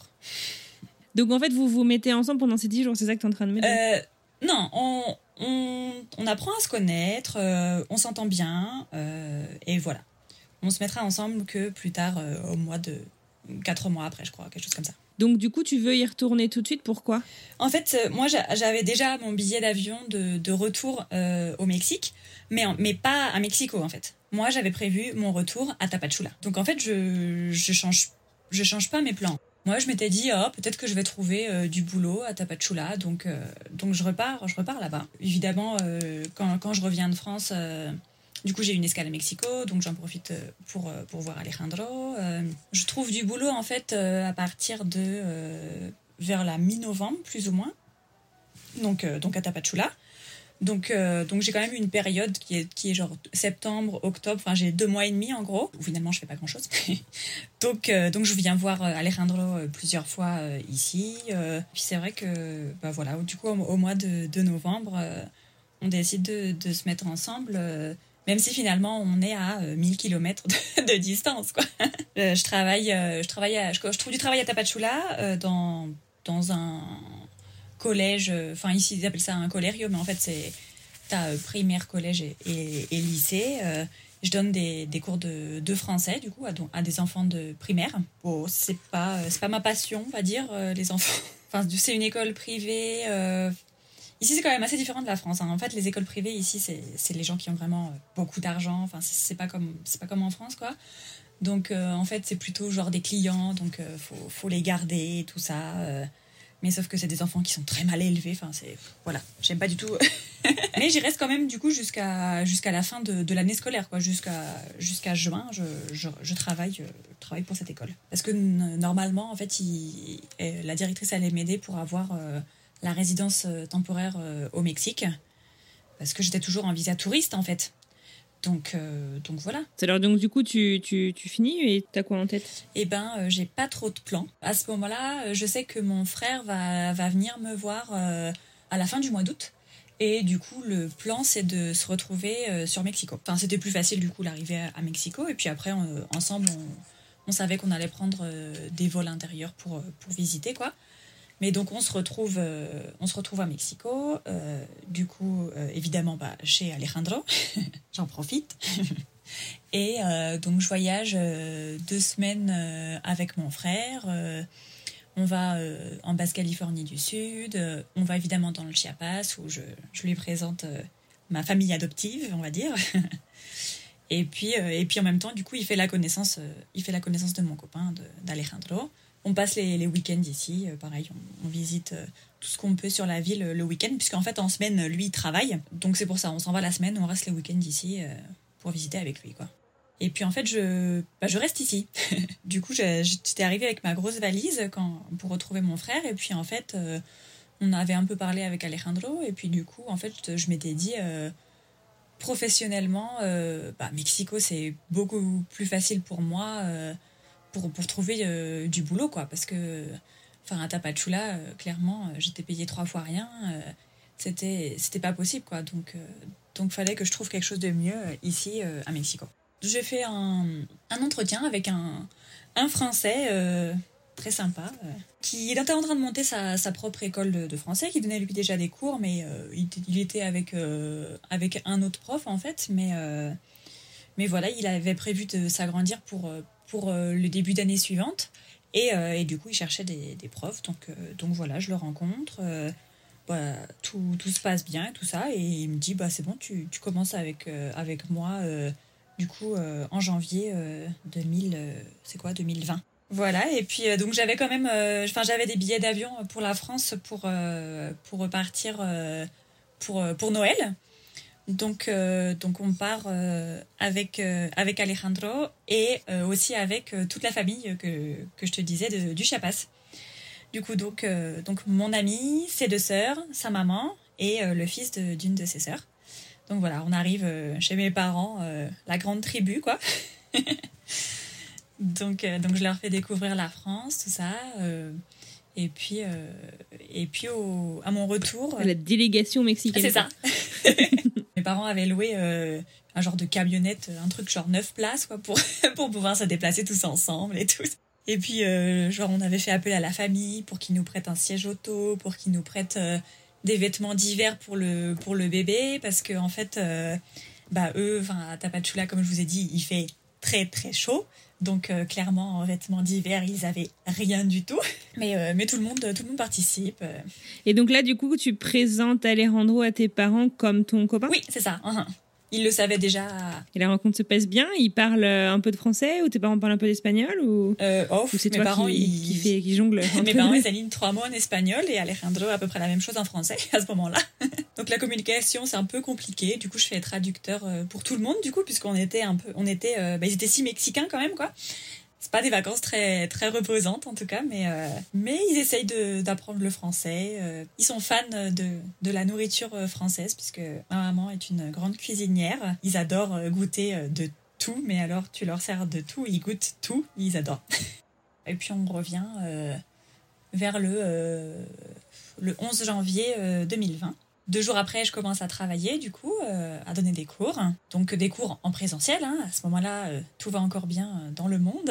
Donc en fait, vous vous mettez ensemble pendant ces dix jours, c'est ça que tu es en train de me dire ? euh, Non, on... On, on apprend à se connaître, euh, on s'entend bien, euh, et voilà. On se mettra ensemble que plus tard, euh, au mois de... Quatre mois après, je crois, quelque chose comme ça. Donc du coup, tu veux y retourner tout de suite, pourquoi ? En fait, euh, moi, j'avais déjà mon billet d'avion de, de retour euh, au Mexique, mais, en, mais pas à Mexico, en fait. Moi, j'avais prévu mon retour à Tapachula. Donc en fait, je, je, change, je change pas mes plans. Moi, je m'étais dit, oh, peut-être que je vais trouver euh, du boulot à Tapachula, donc, euh, donc je repars, je repars là-bas. Évidemment, euh, quand, quand je reviens de France, euh, du coup, j'ai une escale à Mexico, donc j'en profite pour, pour voir Alejandro. Euh, je trouve du boulot, en fait, euh, à partir de... Euh, vers la mi-novembre, plus ou moins, donc, euh, donc à Tapachula. Donc, euh, donc j'ai quand même une période qui est, qui est genre septembre, octobre, enfin j'ai deux mois et demi en gros, où finalement je fais pas grand chose. donc, euh, donc je viens voir Alejandro plusieurs fois euh, ici. Euh, puis c'est vrai que bah voilà, du coup au, au mois de, de novembre, euh, on décide de, de se mettre ensemble, euh, même si finalement on est à euh, mille kilomètres de, de distance, quoi. euh, je travaille, euh, je, travaille à, je, je trouve du travail à Tapachula euh, dans, dans un collège, enfin euh, ici ils appellent ça un colerio, mais en fait c'est t'as euh, primaire, collège et, et, et lycée. Euh, je donne des, des cours de, de français du coup à, à des enfants de primaire. Bon, c'est pas c'est pas ma passion, on va dire, euh, les enfants. Enfin c'est une école privée. Euh, ici c'est quand même assez différent de la France. Hein. En fait les écoles privées ici c'est c'est les gens qui ont vraiment beaucoup d'argent. Enfin c'est, c'est pas comme c'est pas comme en France quoi. Donc euh, en fait c'est plutôt genre des clients, donc euh, faut faut les garder et tout ça. Euh, Mais sauf que c'est des enfants qui sont très mal élevés. Enfin, c'est... Voilà, j'aime pas du tout. Mais j'y reste quand même, du coup, jusqu'à, jusqu'à la fin de, de l'année scolaire, quoi. Jusqu'à, jusqu'à juin, je, je, je, travaille, je travaille pour cette école. Parce que n- normalement, en fait, il, la directrice allait m'aider pour avoir euh, la résidence temporaire euh, au Mexique. Parce que j'étais toujours en visa touriste, en fait. Donc, euh, donc voilà. Alors donc du coup tu, tu, tu finis et t'as quoi en tête ? Eh ben euh, j'ai pas trop de plans. À ce moment-là, je sais que mon frère va, va venir me voir euh, à la fin du mois d'août. Et du coup le plan c'est de se retrouver euh, sur Mexico. Enfin c'était plus facile du coup l'arrivée à, à Mexico. Et puis après on, ensemble on, on savait qu'on allait prendre euh, des vols intérieurs pour, pour visiter quoi. Mais donc on se retrouve, euh, on se retrouve à Mexico, euh, du coup euh, évidemment bah, chez Alejandro, j'en profite. Et euh, donc je voyage euh, deux semaines euh, avec mon frère, euh, on va euh, en Basse-Californie du Sud, euh, on va évidemment dans le Chiapas où je, je lui présente euh, ma famille adoptive, on va dire. et, puis, euh, et puis en même temps, du coup, il fait la connaissance, euh, il fait la connaissance de mon copain, de, d'Alejandro. On passe les, les week-ends ici, euh, pareil, on, on visite euh, tout ce qu'on peut sur la ville euh, le week-end, puisqu'en fait en semaine, lui, il travaille. Donc c'est pour ça, on s'en va la semaine, on reste les week-ends ici euh, pour visiter avec lui, quoi. Et puis en fait, je, bah, je reste ici. Du coup, je, j'étais arrivée avec ma grosse valise quand, pour retrouver mon frère, et puis en fait, euh, on avait un peu parlé avec Alejandro, et puis du coup, en fait, je m'étais dit... Euh, professionnellement, euh, bah, Mexico, c'est beaucoup plus facile pour moi... Euh, Pour, pour trouver euh, du boulot, quoi. Parce que, enfin, à Tapachula, euh, clairement, euh, j'étais payée trois fois rien. Euh, c'était, c'était pas possible, quoi. Donc, euh, donc, fallait que je trouve quelque chose de mieux euh, ici, euh, à Mexico. J'ai fait un, un entretien avec un, un Français euh, très sympa, euh, qui était en train de monter sa, sa propre école de, de français, qui donnait lui déjà des cours, mais euh, il, il était avec, euh, avec un autre prof, en fait. Mais, euh, mais voilà, il avait prévu de s'agrandir pour... Euh, pour euh, le début d'année suivante et, euh, et du coup il cherchait des, des profs donc, euh, donc voilà je le rencontre euh, bah, tout, tout se passe bien et tout ça et il me dit bah c'est bon tu, tu commences avec, euh, avec moi euh, du coup euh, en janvier euh, deux mille euh, c'est quoi deux mille vingt voilà et puis euh, donc j'avais quand même enfin euh, j'avais des billets d'avion pour la France pour, euh, pour repartir euh, pour, pour Noël. Donc, euh, donc on part euh, avec, euh, avec Alejandro et euh, aussi avec euh, toute la famille que, que je te disais de, du Chiapas. Du coup, donc, euh, donc mon ami, ses deux sœurs, sa maman et euh, le fils de, d'une de ses sœurs. Donc voilà, on arrive euh, chez mes parents, euh, la grande tribu, quoi. donc, euh, donc je leur fais découvrir la France, tout ça. Euh, et puis, euh, et puis au, à mon retour... La délégation mexicaine. C'est ça. Mes parents avaient loué euh, un genre de camionnette, un truc genre neuf places quoi, pour, pour pouvoir se déplacer tous ensemble et tout. Et puis, euh, genre, on avait fait appel à la famille pour qu'ils nous prêtent un siège auto, pour qu'ils nous prêtent euh, des vêtements d'hiver pour le, pour le bébé, parce que en fait, euh, bah, eux, à Tapachula, comme je vous ai dit, il fait très très chaud. Donc euh, clairement en vêtements d'hiver ils avaient rien du tout mais, euh, mais tout, le monde, tout le monde participe euh. Et donc là du coup tu présentes Alejandro à tes parents comme ton copain? Oui c'est ça, uh-huh. Ils le savaient déjà. Et la rencontre se passe bien? Ils parlent un peu de français ou tes parents parlent un peu d'espagnol ou, euh, oh, ou c'est mes toi parents, qui, ils... qui, fait, qui jongle? Mes parents ils s'alignent trois mots en espagnol et Alejandro à peu près la même chose en français à ce moment-là. Donc la communication c'est un peu compliqué. Du coup je fais traducteur pour tout le monde du coup puisqu'on était un peu, on était, euh, bah, ils étaient six Mexicains quand même quoi. c'est pas des vacances très très reposantes en tout cas, mais euh, mais ils essayent de, d'apprendre le français. Euh, ils sont fans de de la nourriture française puisque ma maman est une grande cuisinière. Ils adorent goûter de tout, mais alors tu leur sers de tout, ils goûtent tout, ils adorent. Et puis on revient euh, vers le euh, le onze janvier euh, deux mille vingt. Deux jours après, je commence à travailler, du coup, euh, à donner des cours. Donc, des cours en présentiel. Hein. À ce moment-là, euh, tout va encore bien euh, dans le monde.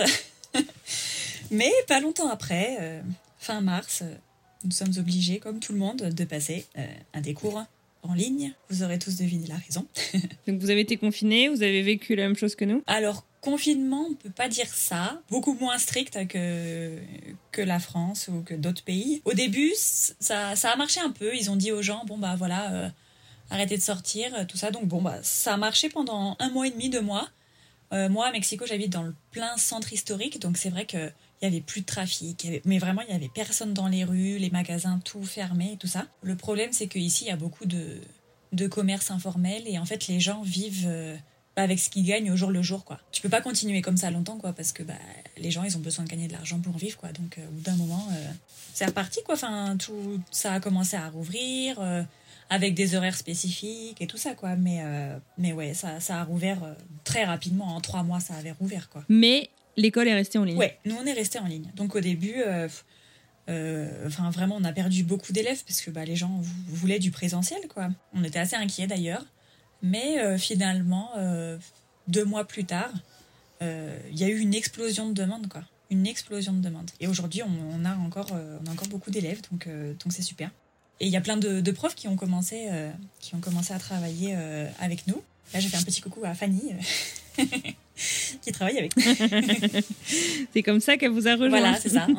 Mais pas longtemps après, euh, fin mars, euh, nous sommes obligés, comme tout le monde, de passer euh, à des cours en ligne. Vous aurez tous deviné la raison. Donc, vous avez été confinés, vous avez vécu la même chose que nous ? Alors, confinement, on ne peut pas dire ça. Beaucoup moins strict que, que la France ou que d'autres pays. Au début, ça, ça a marché un peu. Ils ont dit aux gens, bon, bah voilà, euh, arrêtez de sortir, tout ça. Donc, bon, bah, ça a marché pendant un mois et demi, deux mois. Euh, moi, à Mexico, j'habite dans le plein centre historique. Donc, c'est vrai qu'il n'y avait plus de trafic. Il y avait, mais vraiment, il n'y avait personne dans les rues, les magasins, tout fermé et tout ça. Le problème, c'est qu'ici, il y a beaucoup de, de commerce informel. Et en fait, les gens vivent... Euh, avec ce qu'ils gagnent au jour le jour, quoi. Tu peux pas continuer comme ça longtemps, quoi, parce que bah, les gens, ils ont besoin de gagner de l'argent pour vivre, quoi. Donc, euh, au bout d'un moment, euh, c'est reparti, quoi. Enfin, tout ça a commencé à rouvrir, euh, avec des horaires spécifiques et tout ça, quoi. Mais, euh, mais ouais, ça, ça a rouvert euh, très rapidement. En trois mois, ça avait rouvert, quoi. Mais l'école est restée en ligne. Ouais, nous, on est restés en ligne. Donc, au début... Euh, Euh, enfin vraiment on a perdu beaucoup d'élèves parce que bah, les gens v- voulaient du présentiel, quoi. On était assez inquiets d'ailleurs, mais euh, finalement euh, deux mois plus tard il euh, y a eu une explosion de demandes, quoi. Une explosion de demandes, et aujourd'hui on, on, a, encore, euh, on a encore beaucoup d'élèves, donc, euh, donc c'est super. Et il y a plein de, de profs qui ont commencé, euh, qui ont commencé à travailler euh, avec nous. Là j'ai fait un petit coucou à Fanny euh, qui travaille avec nous. C'est comme ça qu'elle vous a rejoint. Voilà, c'est ça.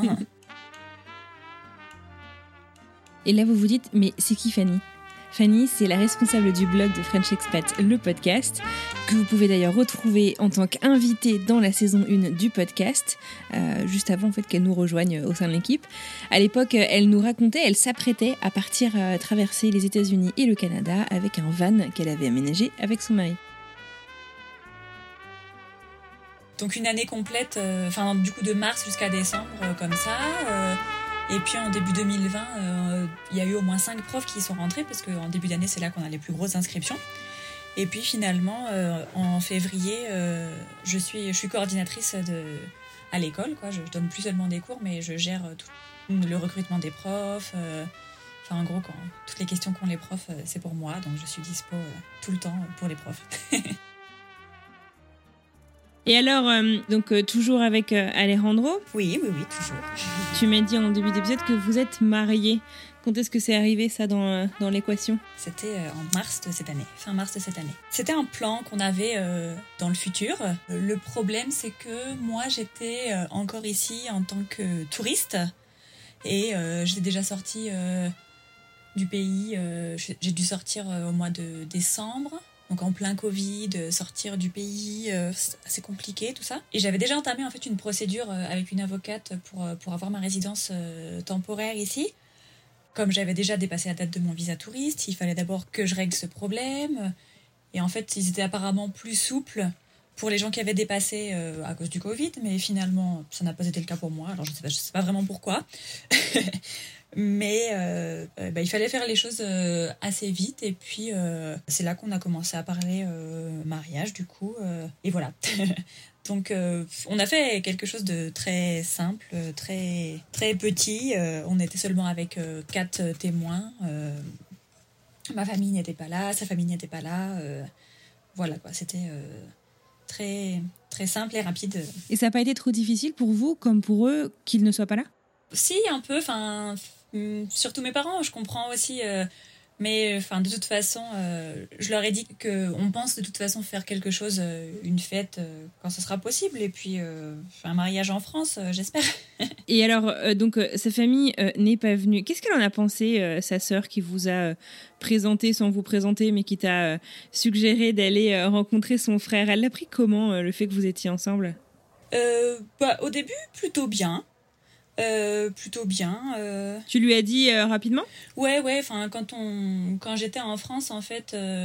Et là, vous vous dites, mais c'est qui Fanny ? Fanny, c'est la responsable du blog de French Expat, le podcast, que vous pouvez d'ailleurs retrouver en tant qu'invitée dans la saison un du podcast, euh, juste avant en fait, qu'elle nous rejoigne au sein de l'équipe. À l'époque, elle nous racontait, elle s'apprêtait à partir euh, traverser les États-Unis et le Canada avec un van qu'elle avait aménagé avec son mari. Donc une année complète, enfin euh, du coup de mars jusqu'à décembre, euh, comme ça. Euh, Et puis en début deux mille vingt, euh, il y a eu au moins cinq profs qui sont rentrés parce qu'en début d'année, c'est là qu'on a les plus grosses inscriptions. Et puis finalement, euh, en février, euh, je suis, je suis coordinatrice de, à l'école, quoi. Je, je donne plus seulement des cours, mais je gère tout le recrutement des profs. Euh, enfin, en gros, quand, toutes les questions qu'ont les profs, euh, c'est pour moi. Donc je suis dispo euh, tout le temps pour les profs. Et alors, euh, donc euh, toujours avec euh, Alejandro ? Oui, oui, oui, toujours. Tu m'as dit en début d'épisode que vous êtes mariés. Quand est-ce que c'est arrivé ça dans, euh, dans l'équation ? C'était euh, en mars de cette année, fin mars de cette année. C'était un plan qu'on avait euh, dans le futur. Le problème, c'est que moi, j'étais euh, encore ici en tant que touriste et euh, j'étais déjà sortie euh, du pays. Euh, j'ai dû sortir euh, au mois de décembre. Donc en plein Covid, sortir du pays, euh, c'est assez compliqué tout ça. Et j'avais déjà entamé en fait une procédure euh, avec une avocate pour, pour avoir ma résidence euh, temporaire ici. Comme j'avais déjà dépassé la date de mon visa touriste, il fallait d'abord que je règle ce problème. Et en fait, ils étaient apparemment plus souples pour les gens qui avaient dépassé euh, à cause du Covid, mais finalement, ça n'a pas été le cas pour moi. Alors je ne sais pas, je sais pas vraiment pourquoi. Mais euh, euh, bah, il fallait faire les choses euh, assez vite. Et puis, euh, c'est là qu'on a commencé à parler euh, mariage, du coup. Euh, et voilà. Donc, euh, on a fait quelque chose de très simple, très, très petit. Euh, on était seulement avec euh, quatre témoins. Euh, ma famille n'était pas là, sa famille n'était pas là. Euh, voilà, quoi. C'était euh, très, très simple et rapide. Et ça n'a pas été trop difficile pour vous, comme pour eux, qu'ils ne soient pas là ? Si, un peu. Enfin... Surtout mes parents, je comprends aussi, euh, mais enfin de toute façon, euh, je leur ai dit qu'on pense de toute façon faire quelque chose, euh, une fête, euh, quand ce sera possible, et puis euh, un mariage en France, euh, j'espère. Et alors, euh, donc, euh, sa famille euh, n'est pas venue. Qu'est-ce qu'elle en a pensé, euh, sa sœur, qui vous a euh, présenté sans vous présenter, mais qui t'a euh, suggéré d'aller euh, rencontrer son frère ? Elle l'a pris comment, euh, le fait que vous étiez ensemble ? euh, bah, Au début, plutôt bien. Euh, plutôt bien. Euh... Tu lui as dit euh, rapidement ? Ouais, ouais. Enfin, quand on, quand j'étais en France, en fait, euh,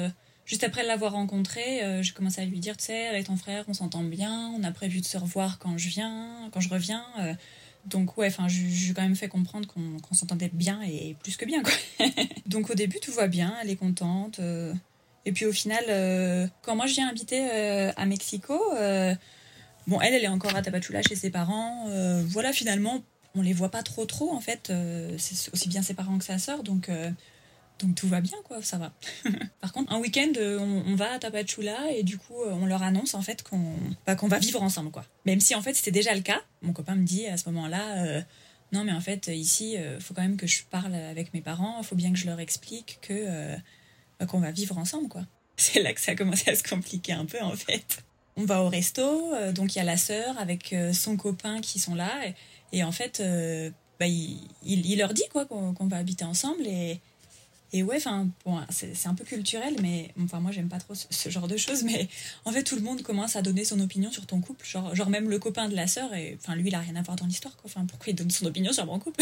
juste après l'avoir rencontré, euh, j'ai commencé à lui dire, tu sais, avec ton frère, on s'entend bien, on a prévu de se revoir quand je viens, quand je reviens. Euh, donc ouais, enfin, j'ai quand même fait comprendre qu'on, qu'on s'entendait bien et plus que bien, quoi. Donc au début, tout va bien, elle est contente. Euh, et puis au final, euh, quand moi je viens habiter euh, à Mexico, euh, bon, elle, elle est encore à Tapachula chez ses parents. Euh, voilà, finalement, on les voit pas trop trop, en fait. Euh, c'est aussi bien ses parents que sa sœur, donc... Euh, Donc tout va bien, quoi, ça va. Par contre, un week-end, on, on va à Tapachula et du coup, on leur annonce en fait qu'on, bah, qu'on va vivre ensemble, quoi. Même si en fait, c'était déjà le cas. Mon copain me dit à ce moment-là, euh, non mais en fait, ici, il euh, faut quand même que je parle avec mes parents, il faut bien que je leur explique que, euh, bah, qu'on va vivre ensemble, quoi. C'est là que ça a commencé à se compliquer un peu, en fait. On va au resto, euh, donc il y a la sœur avec euh, son copain qui sont là et, et en fait, euh, bah, il, il, il leur dit quoi, qu'on, qu'on va habiter ensemble et Et ouais, enfin, bon, c'est, c'est un peu culturel, mais enfin, moi, j'aime pas trop ce, ce genre de choses, mais en fait, tout le monde commence à donner son opinion sur ton couple, genre, genre même le copain de la sœur, et enfin, lui, il a rien à voir dans l'histoire, quoi. Enfin, pourquoi il donne son opinion sur mon couple?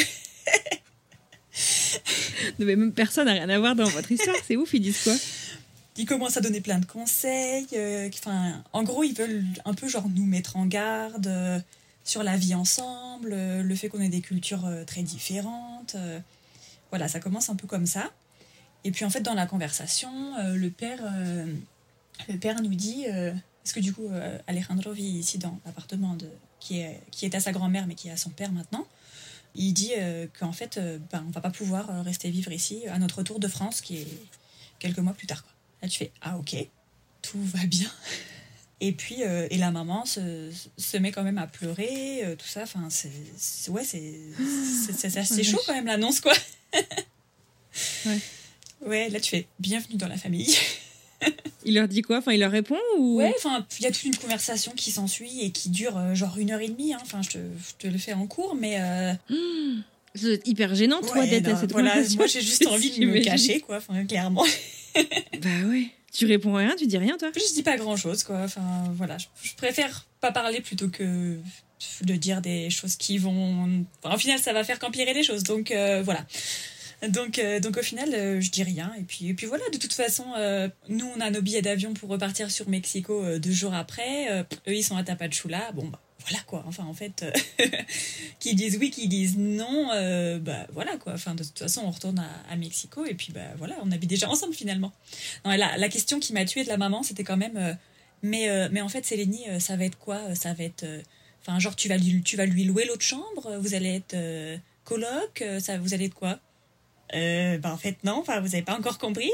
Non, mais même personne n'a rien à voir dans votre histoire, c'est ouf, ils disent quoi? Ils commencent à donner plein de conseils, euh, enfin, en gros, ils veulent un peu, genre, nous mettre en garde euh, sur la vie ensemble, euh, le fait qu'on ait des cultures euh, très différentes, euh, voilà, ça commence un peu comme ça. Et puis en fait, dans la conversation, euh, le, père, euh, le père nous dit... Euh, parce que du coup, euh, Alejandro vit ici dans l'appartement de, qui, est, qui est à sa grand-mère, mais qui est à son père maintenant. Il dit euh, qu'en fait, euh, ben, on ne va pas pouvoir rester vivre ici à notre retour de France, qui est quelques mois plus tard, quoi. Là, tu fais « Ah, ok, tout va bien ». Et puis, euh, et la maman se, se met quand même à pleurer, euh, tout ça. Enfin, c'est, c'est, ouais, c'est, c'est, c'est, c'est assez chaud quand même, l'annonce, quoi. Ouais. Ouais, là tu fais bienvenue dans la famille. Il leur dit quoi? Enfin, il leur répond ou... Ouais, enfin, il y a toute une conversation qui s'ensuit et qui dure euh, genre une heure et demie. Hein. Enfin, je te, je te le fais en cours, mais. Euh... Mmh, c'est hyper gênant, toi, ouais, d'être non, à cette voilà, conversation. moi j'ai juste envie de me cacher, quoi, enfin, clairement. Bah ouais. Tu réponds rien, tu dis rien, toi? Je dis pas grand chose, quoi. Enfin, voilà, je, je préfère pas parler plutôt que de dire des choses qui vont. Enfin, au final, ça va faire qu'empirer les choses, donc euh, voilà. Donc, euh, donc au final, euh, je dis rien. Et puis, et puis voilà, de toute façon, euh, nous, on a nos billets d'avion pour repartir sur Mexico euh, deux jours après. Euh, eux, ils sont à Tapachula. Bon, bah voilà quoi. Enfin, en fait, euh, qu'ils disent oui, qu'ils disent non, euh, bah voilà quoi. Enfin, de toute façon, on retourne à, à Mexico. Et puis, bah voilà, on habite déjà ensemble finalement. Non, la, la question qui m'a tuée de la maman, c'était quand même euh, mais, euh, mais en fait, Sélénie, euh, ça va être quoi? Ça va être. Enfin, euh, genre, tu vas, lui, tu vas lui louer l'autre chambre? Vous allez être euh, coloc? Ça, vous allez être quoi? Euh, bah en fait non, enfin vous avez pas encore compris.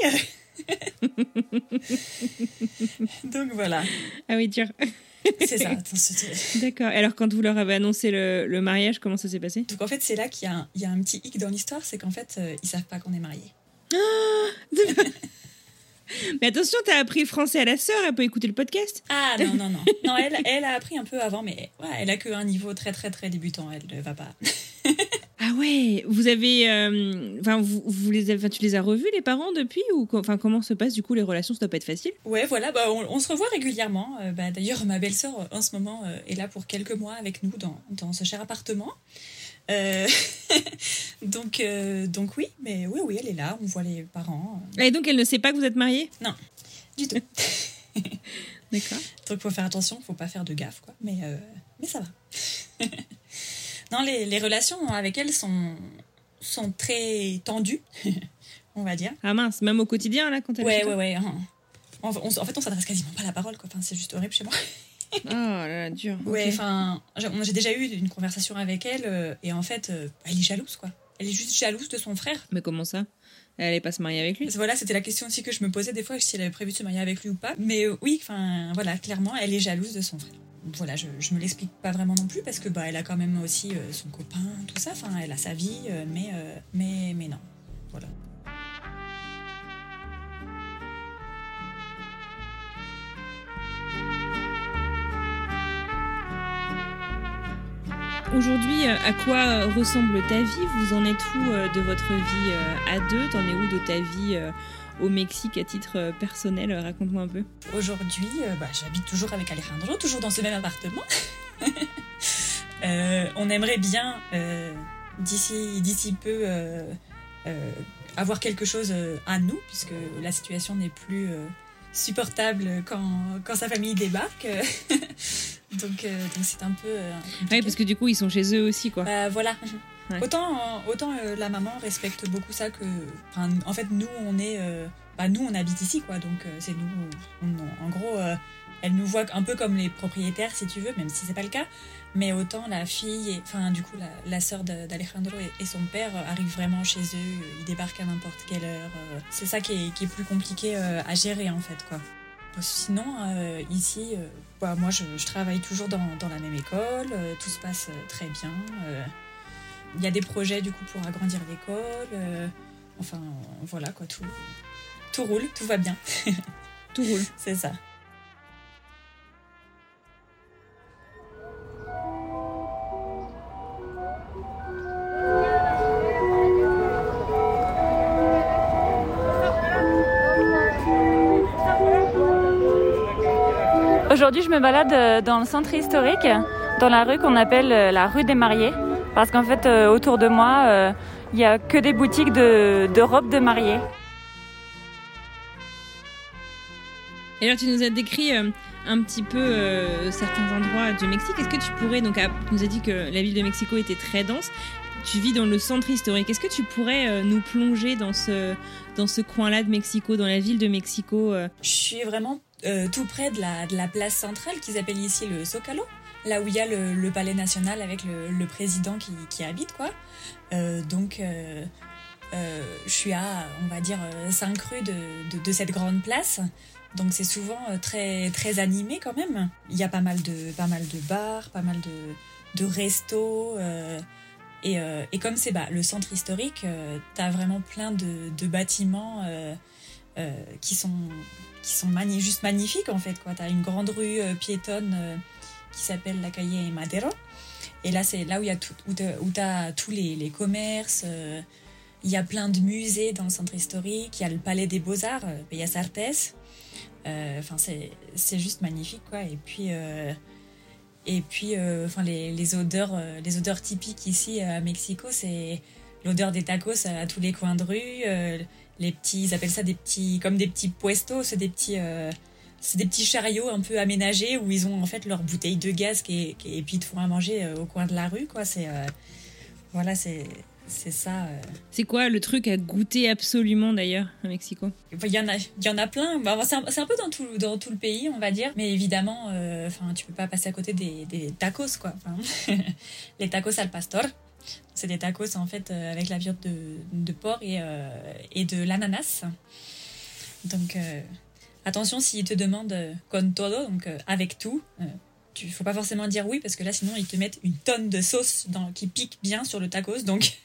Donc voilà. Ah oui, dur. C'est ça. Attends, c'est... D'accord. Et alors quand vous leur avez annoncé le, le mariage, comment ça s'est passé? Donc en fait c'est là qu'il y a un, il y a un petit hic dans l'histoire, c'est qu'en fait euh, ils savent pas qu'on est mariés. Mais attention, t'as appris le français à la sœur, elle peut écouter le podcast. Ah non non non. Non elle, elle a appris un peu avant, mais ouais, elle a que un niveau très très très débutant, elle ne va pas. Ah ouais, vous avez, enfin euh, vous, vous les avez, tu les as revus les parents depuis ou enfin comment se passe du coup les relations? Ça doit pas être facile. Ouais voilà, bah on, on se revoit régulièrement. Euh, bah d'ailleurs ma belle-sœur en ce moment euh, est là pour quelques mois avec nous dans dans ce cher appartement. Euh... donc euh, donc oui, mais oui oui elle est là, on voit les parents. Et donc elle ne sait pas que vous êtes mariés? Non, du tout. D'accord. Donc faut faire attention, faut pas faire de gaffe quoi. Mais euh, mais ça va. Non, les, les relations avec elle sont, sont très tendues, on va dire. Ah mince, même au quotidien, là, quand elle Ouais, ouais, ouais. Hein. En, on, en fait, on s'adresse quasiment pas à la parole, quoi. Enfin, c'est juste horrible chez moi. Oh là là, dur. Ouais, okay. enfin, j'ai, j'ai déjà eu une conversation avec elle, euh, et en fait, euh, elle est jalouse, quoi. Elle est juste jalouse de son frère. Mais comment ça? Elle allait pas se marier avec lui? Voilà, c'était la question aussi que je me posais des fois, si elle avait prévu de se marier avec lui ou pas. Mais euh, oui, enfin, voilà, clairement, elle est jalouse de son frère. Voilà, je, je me l'explique pas vraiment non plus parce que bah elle a quand même aussi euh, son copain, tout ça. Enfin, elle a sa vie, euh, mais euh, mais mais non, voilà. Aujourd'hui, à quoi ressemble ta vie? Vous en êtes où de votre vie à deux? T'en es où de ta vie au Mexique à titre personnel? Raconte-moi un peu. Aujourd'hui, euh, bah, j'habite toujours avec Alejandro, toujours dans ce même appartement. euh, on aimerait bien, euh, d'ici, d'ici peu, euh, euh, avoir quelque chose à nous, puisque la situation n'est plus euh, supportable quand, quand sa famille débarque. donc, euh, donc c'est un peu... Euh, oui, parce que du coup, ils sont chez eux aussi, quoi. Bah, voilà. Ouais. Autant, autant euh, la maman respecte beaucoup ça que... En fait, nous, on est... Euh, bah, nous, on habite ici, quoi. Donc, euh, c'est nous... On, en gros, euh, elle nous voit un peu comme les propriétaires, si tu veux, même si c'est pas le cas. Mais autant la fille, et, enfin, du coup, la, la sœur d'Alejandro et, et son père euh, arrivent vraiment chez eux. Ils débarquent à n'importe quelle heure. Euh, c'est ça qui est, qui est plus compliqué euh, à gérer, en fait, quoi. Sinon, euh, ici, euh, bah, moi, je, je travaille toujours dans, dans la même école. Euh, tout se passe euh, très bien. Euh, Il y a des projets du coup pour agrandir l'école. Euh, enfin, voilà quoi, tout, tout roule, tout va bien. Tout roule. C'est ça. Aujourd'hui, je me balade dans le centre historique, dans la rue qu'on appelle la rue des Mariés. Parce qu'en fait, euh, autour de moi, euh, il n'y a que des boutiques de, de robes de mariée. Et alors, tu nous as décrit euh, un petit peu euh, certains endroits du Mexique. Est-ce que tu pourrais... Donc, ah, tu nous as dit que la ville de Mexico était très dense. Tu vis dans le centre historique. Est-ce que tu pourrais euh, nous plonger dans ce, dans ce coin-là de Mexico, dans la ville de Mexico euh... Je suis vraiment euh, tout près de la, de la place centrale qu'ils appellent ici le Zócalo. Là où il y a le, le palais national avec le, le président qui, qui habite, quoi. Euh, donc, euh, euh, je suis à, on va dire, cinq rues de, de, de cette grande place. Donc, c'est souvent très, très animé quand même. Il y a pas mal de, pas mal de bars, pas mal de, de restos. Euh, et, euh, et comme c'est bah, le centre historique, euh, t'as vraiment plein de, de bâtiments euh, euh, qui sont, qui sont mani- juste magnifiques, en fait, quoi. T'as une grande rue euh, piétonne... Euh, qui s'appelle la Calle Madero. Et là, c'est là où il y a tout, où t'as, où t'as tous les, les commerces. Euh, il y a plein de musées dans le centre historique. Il y a le Palais des Beaux-Arts, euh, Bellas Artes. Euh, enfin, c'est, c'est juste magnifique, quoi. Et puis, euh, et puis, euh, enfin, les, les odeurs, euh, les odeurs typiques ici à Mexico, c'est l'odeur des tacos à, à tous les coins de rue. Euh, les petits, ils appellent ça des petits, comme des petits puestos, c'est des petits. Euh, C'est des petits chariots un peu aménagés où ils ont en fait leur bouteille de gaz qui est, qui est, et puis ils te font à manger euh, au coin de la rue, quoi. C'est, euh, voilà, c'est, c'est ça. Euh. C'est quoi le truc à goûter absolument d'ailleurs à Mexico ? Il y en a, il y en a plein. Bah, c'est, un, c'est un peu dans tout, dans tout le pays, on va dire. Mais évidemment, euh, tu peux pas passer à côté des, des tacos, quoi. Enfin, les tacos al pastor. C'est des tacos en fait euh, avec la viande de, de porc et, euh, et de l'ananas. Donc... Euh, Attention, s'ils te demandent euh, con todo, donc euh, avec tout, il euh, ne faut pas forcément dire oui, parce que là, sinon, ils te mettent une tonne de sauce dans, qui pique bien sur le tacos, donc...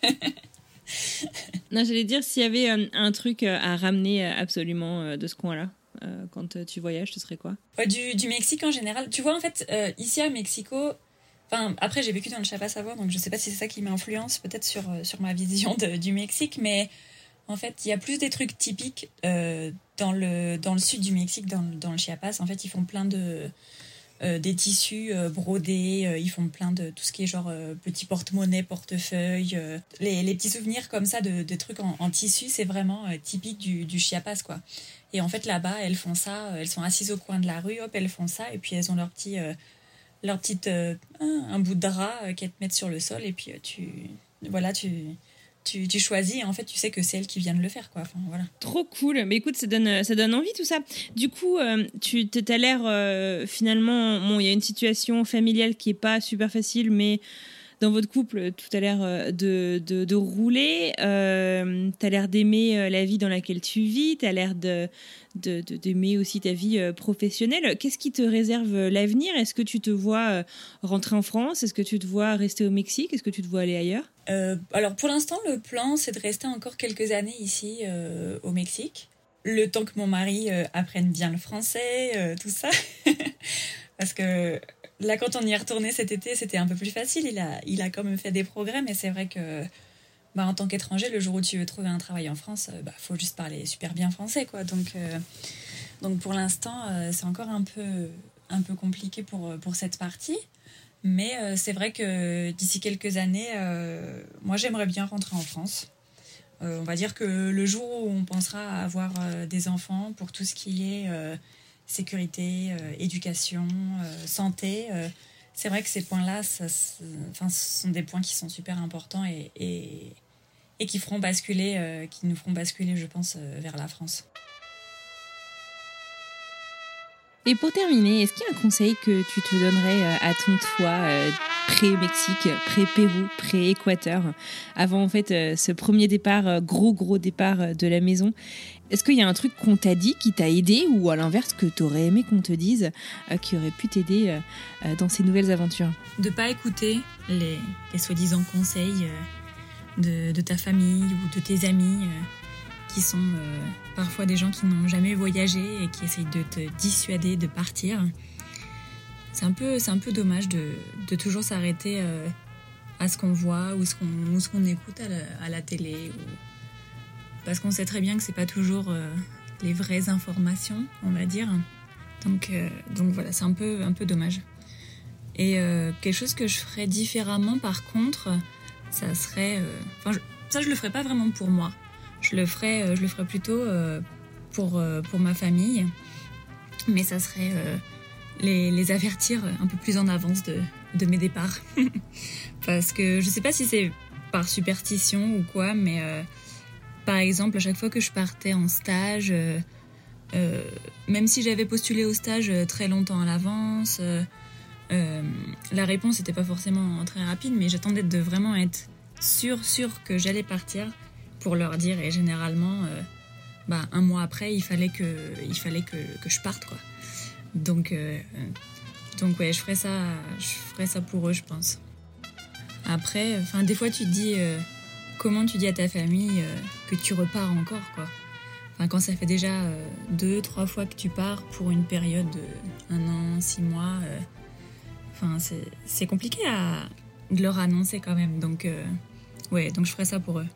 Non, j'allais dire, s'il y avait euh, un truc euh, à ramener euh, absolument euh, de ce coin-là, euh, quand euh, tu voyages, ce serait quoi ? Ouais, du, du Mexique en général. Tu vois, en fait, euh, ici à Mexico... Enfin, après, j'ai vécu dans le Chiapas avant, donc je ne sais pas si c'est ça qui m'influence peut-être sur, euh, sur ma vision de, du Mexique, mais... En fait, il y a plus des trucs typiques euh, dans, le, dans le sud du Mexique, dans, dans le Chiapas. En fait, ils font plein de... Euh, des tissus euh, brodés, euh, ils font plein de tout ce qui est genre euh, petits porte-monnaie, portefeuille. Euh, les, les petits souvenirs comme ça de, de trucs en, en tissu, c'est vraiment euh, typique du, du Chiapas, quoi. Et en fait, là-bas, elles font ça, elles sont assises au coin de la rue, hop, elles font ça, et puis elles ont leur petit... Euh, leur petite... Euh, un bout de drap euh, qu'elles te mettent sur le sol, et puis euh, tu... Voilà, tu... Tu, tu choisis et en fait tu sais que c'est elle qui vient de le faire, quoi. Enfin, voilà. Trop cool, mais écoute, ça donne, ça donne envie tout ça. Du coup, euh, tu t'as l'air euh, finalement, bon, il y a une situation familiale qui est pas super facile, mais dans votre couple, tout a l'air de, de, de rouler. Euh, tu as l'air d'aimer la vie dans laquelle tu vis, tu as l'air de, de, de, d'aimer aussi ta vie professionnelle. Qu'est-ce qui te réserve l'avenir ? Est-ce que tu te vois rentrer en France ? Est-ce que tu te vois rester au Mexique ? Est-ce que tu te vois aller ailleurs ? euh, Alors pour l'instant, le plan, c'est de rester encore quelques années ici euh, au Mexique. Le temps que mon mari euh, apprenne bien le français, euh, tout ça. Parce que là, quand on y est retourné cet été, c'était un peu plus facile. Il a, il a quand même fait des progrès, mais c'est vrai que bah, en tant qu'étranger, le jour où tu veux trouver un travail en France, il bah, faut juste parler super bien français, quoi. Donc, euh, donc pour l'instant, euh, c'est encore un peu, un peu compliqué pour, pour cette partie. Mais euh, c'est vrai que d'ici quelques années, euh, moi, j'aimerais bien rentrer en France. Euh, on va dire que le jour où on pensera à avoir euh, des enfants, pour tout ce qui est euh, sécurité, euh, éducation, euh, santé, euh, c'est vrai que ces points-là, ça, enfin, ce sont des points qui sont super importants et, et, et qui feront basculer, euh, qui nous feront basculer, je pense, euh, vers la France. Et pour terminer, est-ce qu'il y a un conseil que tu te donnerais à ton toi euh, pré-Mexique, pré-Pérou, pré-Équateur, avant en fait euh, ce premier départ, euh, gros gros départ euh, de la maison? Est-ce qu'il y a un truc qu'on t'a dit qui t'a aidé ou à l'inverse que t'aurais aimé qu'on te dise euh, qui aurait pu t'aider euh, euh, dans ces nouvelles aventures? De pas écouter les, les soi-disant conseils euh, de, de ta famille ou de tes amis euh, qui sont euh, parfois des gens qui n'ont jamais voyagé et qui essayent de te dissuader de partir. C'est un peu, c'est un peu dommage de, de toujours s'arrêter euh, à ce qu'on voit ou ce qu'on, ou ce qu'on écoute à la, à la télé. Ou... Parce qu'on sait très bien que c'est pas toujours euh, les vraies informations, on va dire. Donc, euh, donc voilà, c'est un peu, un peu dommage. Et euh, quelque chose que je ferais différemment, par contre, ça serait... Euh, enfin, je, ça, je le ferais pas vraiment pour moi. Je le ferais, euh, je le ferais plutôt euh, pour, euh, pour ma famille. Mais ça serait... Euh, Les, les avertir un peu plus en avance de, de mes départs. Parce que je sais pas si c'est par superstition ou quoi, mais euh, par exemple, à chaque fois que je partais en stage, euh, euh, même si j'avais postulé au stage très longtemps à l'avance, euh, euh, la réponse n'était pas forcément très rapide, mais j'attendais de vraiment être sûre, sûre que j'allais partir pour leur dire. Et généralement, euh, bah, un mois après, il fallait que, il fallait que, que je parte, quoi. Donc, euh, donc ouais, je ferais ça, je ferais ça pour eux, je pense. Après, enfin, des fois, tu te dis, euh, comment tu dis à ta famille euh, que tu repars encore, quoi. Enfin, quand ça fait déjà euh, deux, trois fois que tu pars pour une période de un an, six mois, euh, enfin, c'est, c'est compliqué à de leur annoncer quand même. Donc, euh, ouais, donc je ferais ça pour eux.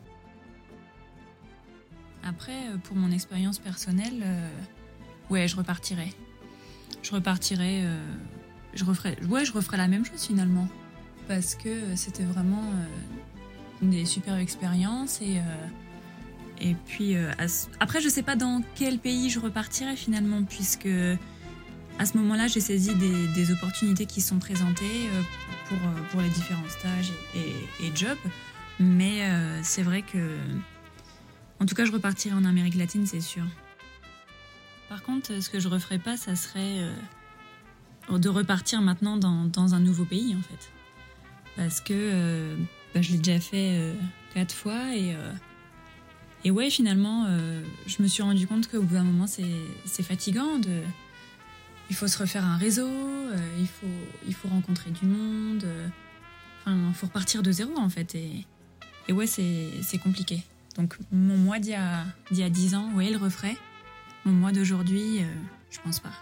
Après, pour mon expérience personnelle, euh, ouais, je repartirais. Je repartirais, euh, je referais, ouais, je referais la même chose finalement, parce que c'était vraiment euh, une super expérience et euh, et puis euh, ce... après je sais pas dans quel pays je repartirais finalement, puisque à ce moment-là j'ai saisi des, des opportunités qui sont présentées euh, pour pour les différents stages et, et, et jobs, mais euh, c'est vrai que en tout cas je repartirais en Amérique latine, c'est sûr. Par contre, ce que je referais pas, ça serait euh, de repartir maintenant dans, dans un nouveau pays, en fait. Parce que euh, bah, je l'ai déjà fait euh, quatre fois et, euh, et ouais, finalement, euh, je me suis rendu compte qu'au bout d'un moment, c'est, c'est fatigant. De, il faut se refaire un réseau, euh, il, faut, il faut rencontrer du monde. Euh, enfin, il faut repartir de zéro, en fait. Et, et ouais, c'est, c'est compliqué. Donc, mon moi d'il y a, d'il y a dix ans, ouais, il le referait. Mon moi d'aujourd'hui, euh, je pense pas.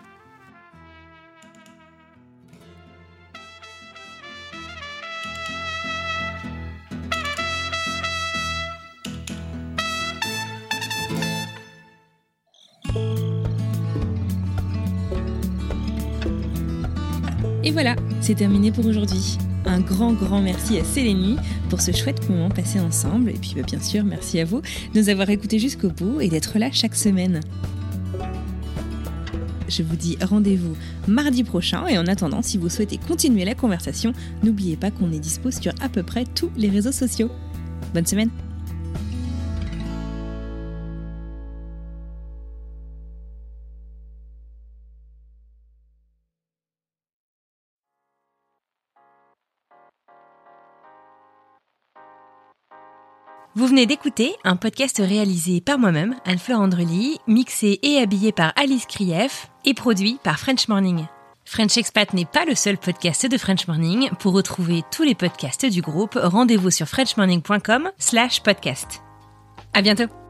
Et voilà, c'est terminé pour aujourd'hui. Un grand, grand merci à Sélénie pour ce chouette moment passé ensemble. Et puis, bah, bien sûr, merci à vous de nous avoir écoutés jusqu'au bout et d'être là chaque semaine. Je vous dis rendez-vous mardi prochain. Et en attendant, si vous souhaitez continuer la conversation, n'oubliez pas qu'on est dispo sur à peu près tous les réseaux sociaux. Bonne semaine! Vous venez d'écouter un podcast réalisé par moi-même, Anne-Fleur Andrely, mixé et habillé par Alice Krief et produit par French Morning. French Expat n'est pas le seul podcast de French Morning. Pour retrouver tous les podcasts du groupe, rendez-vous sur french morning point com slash podcast. À bientôt!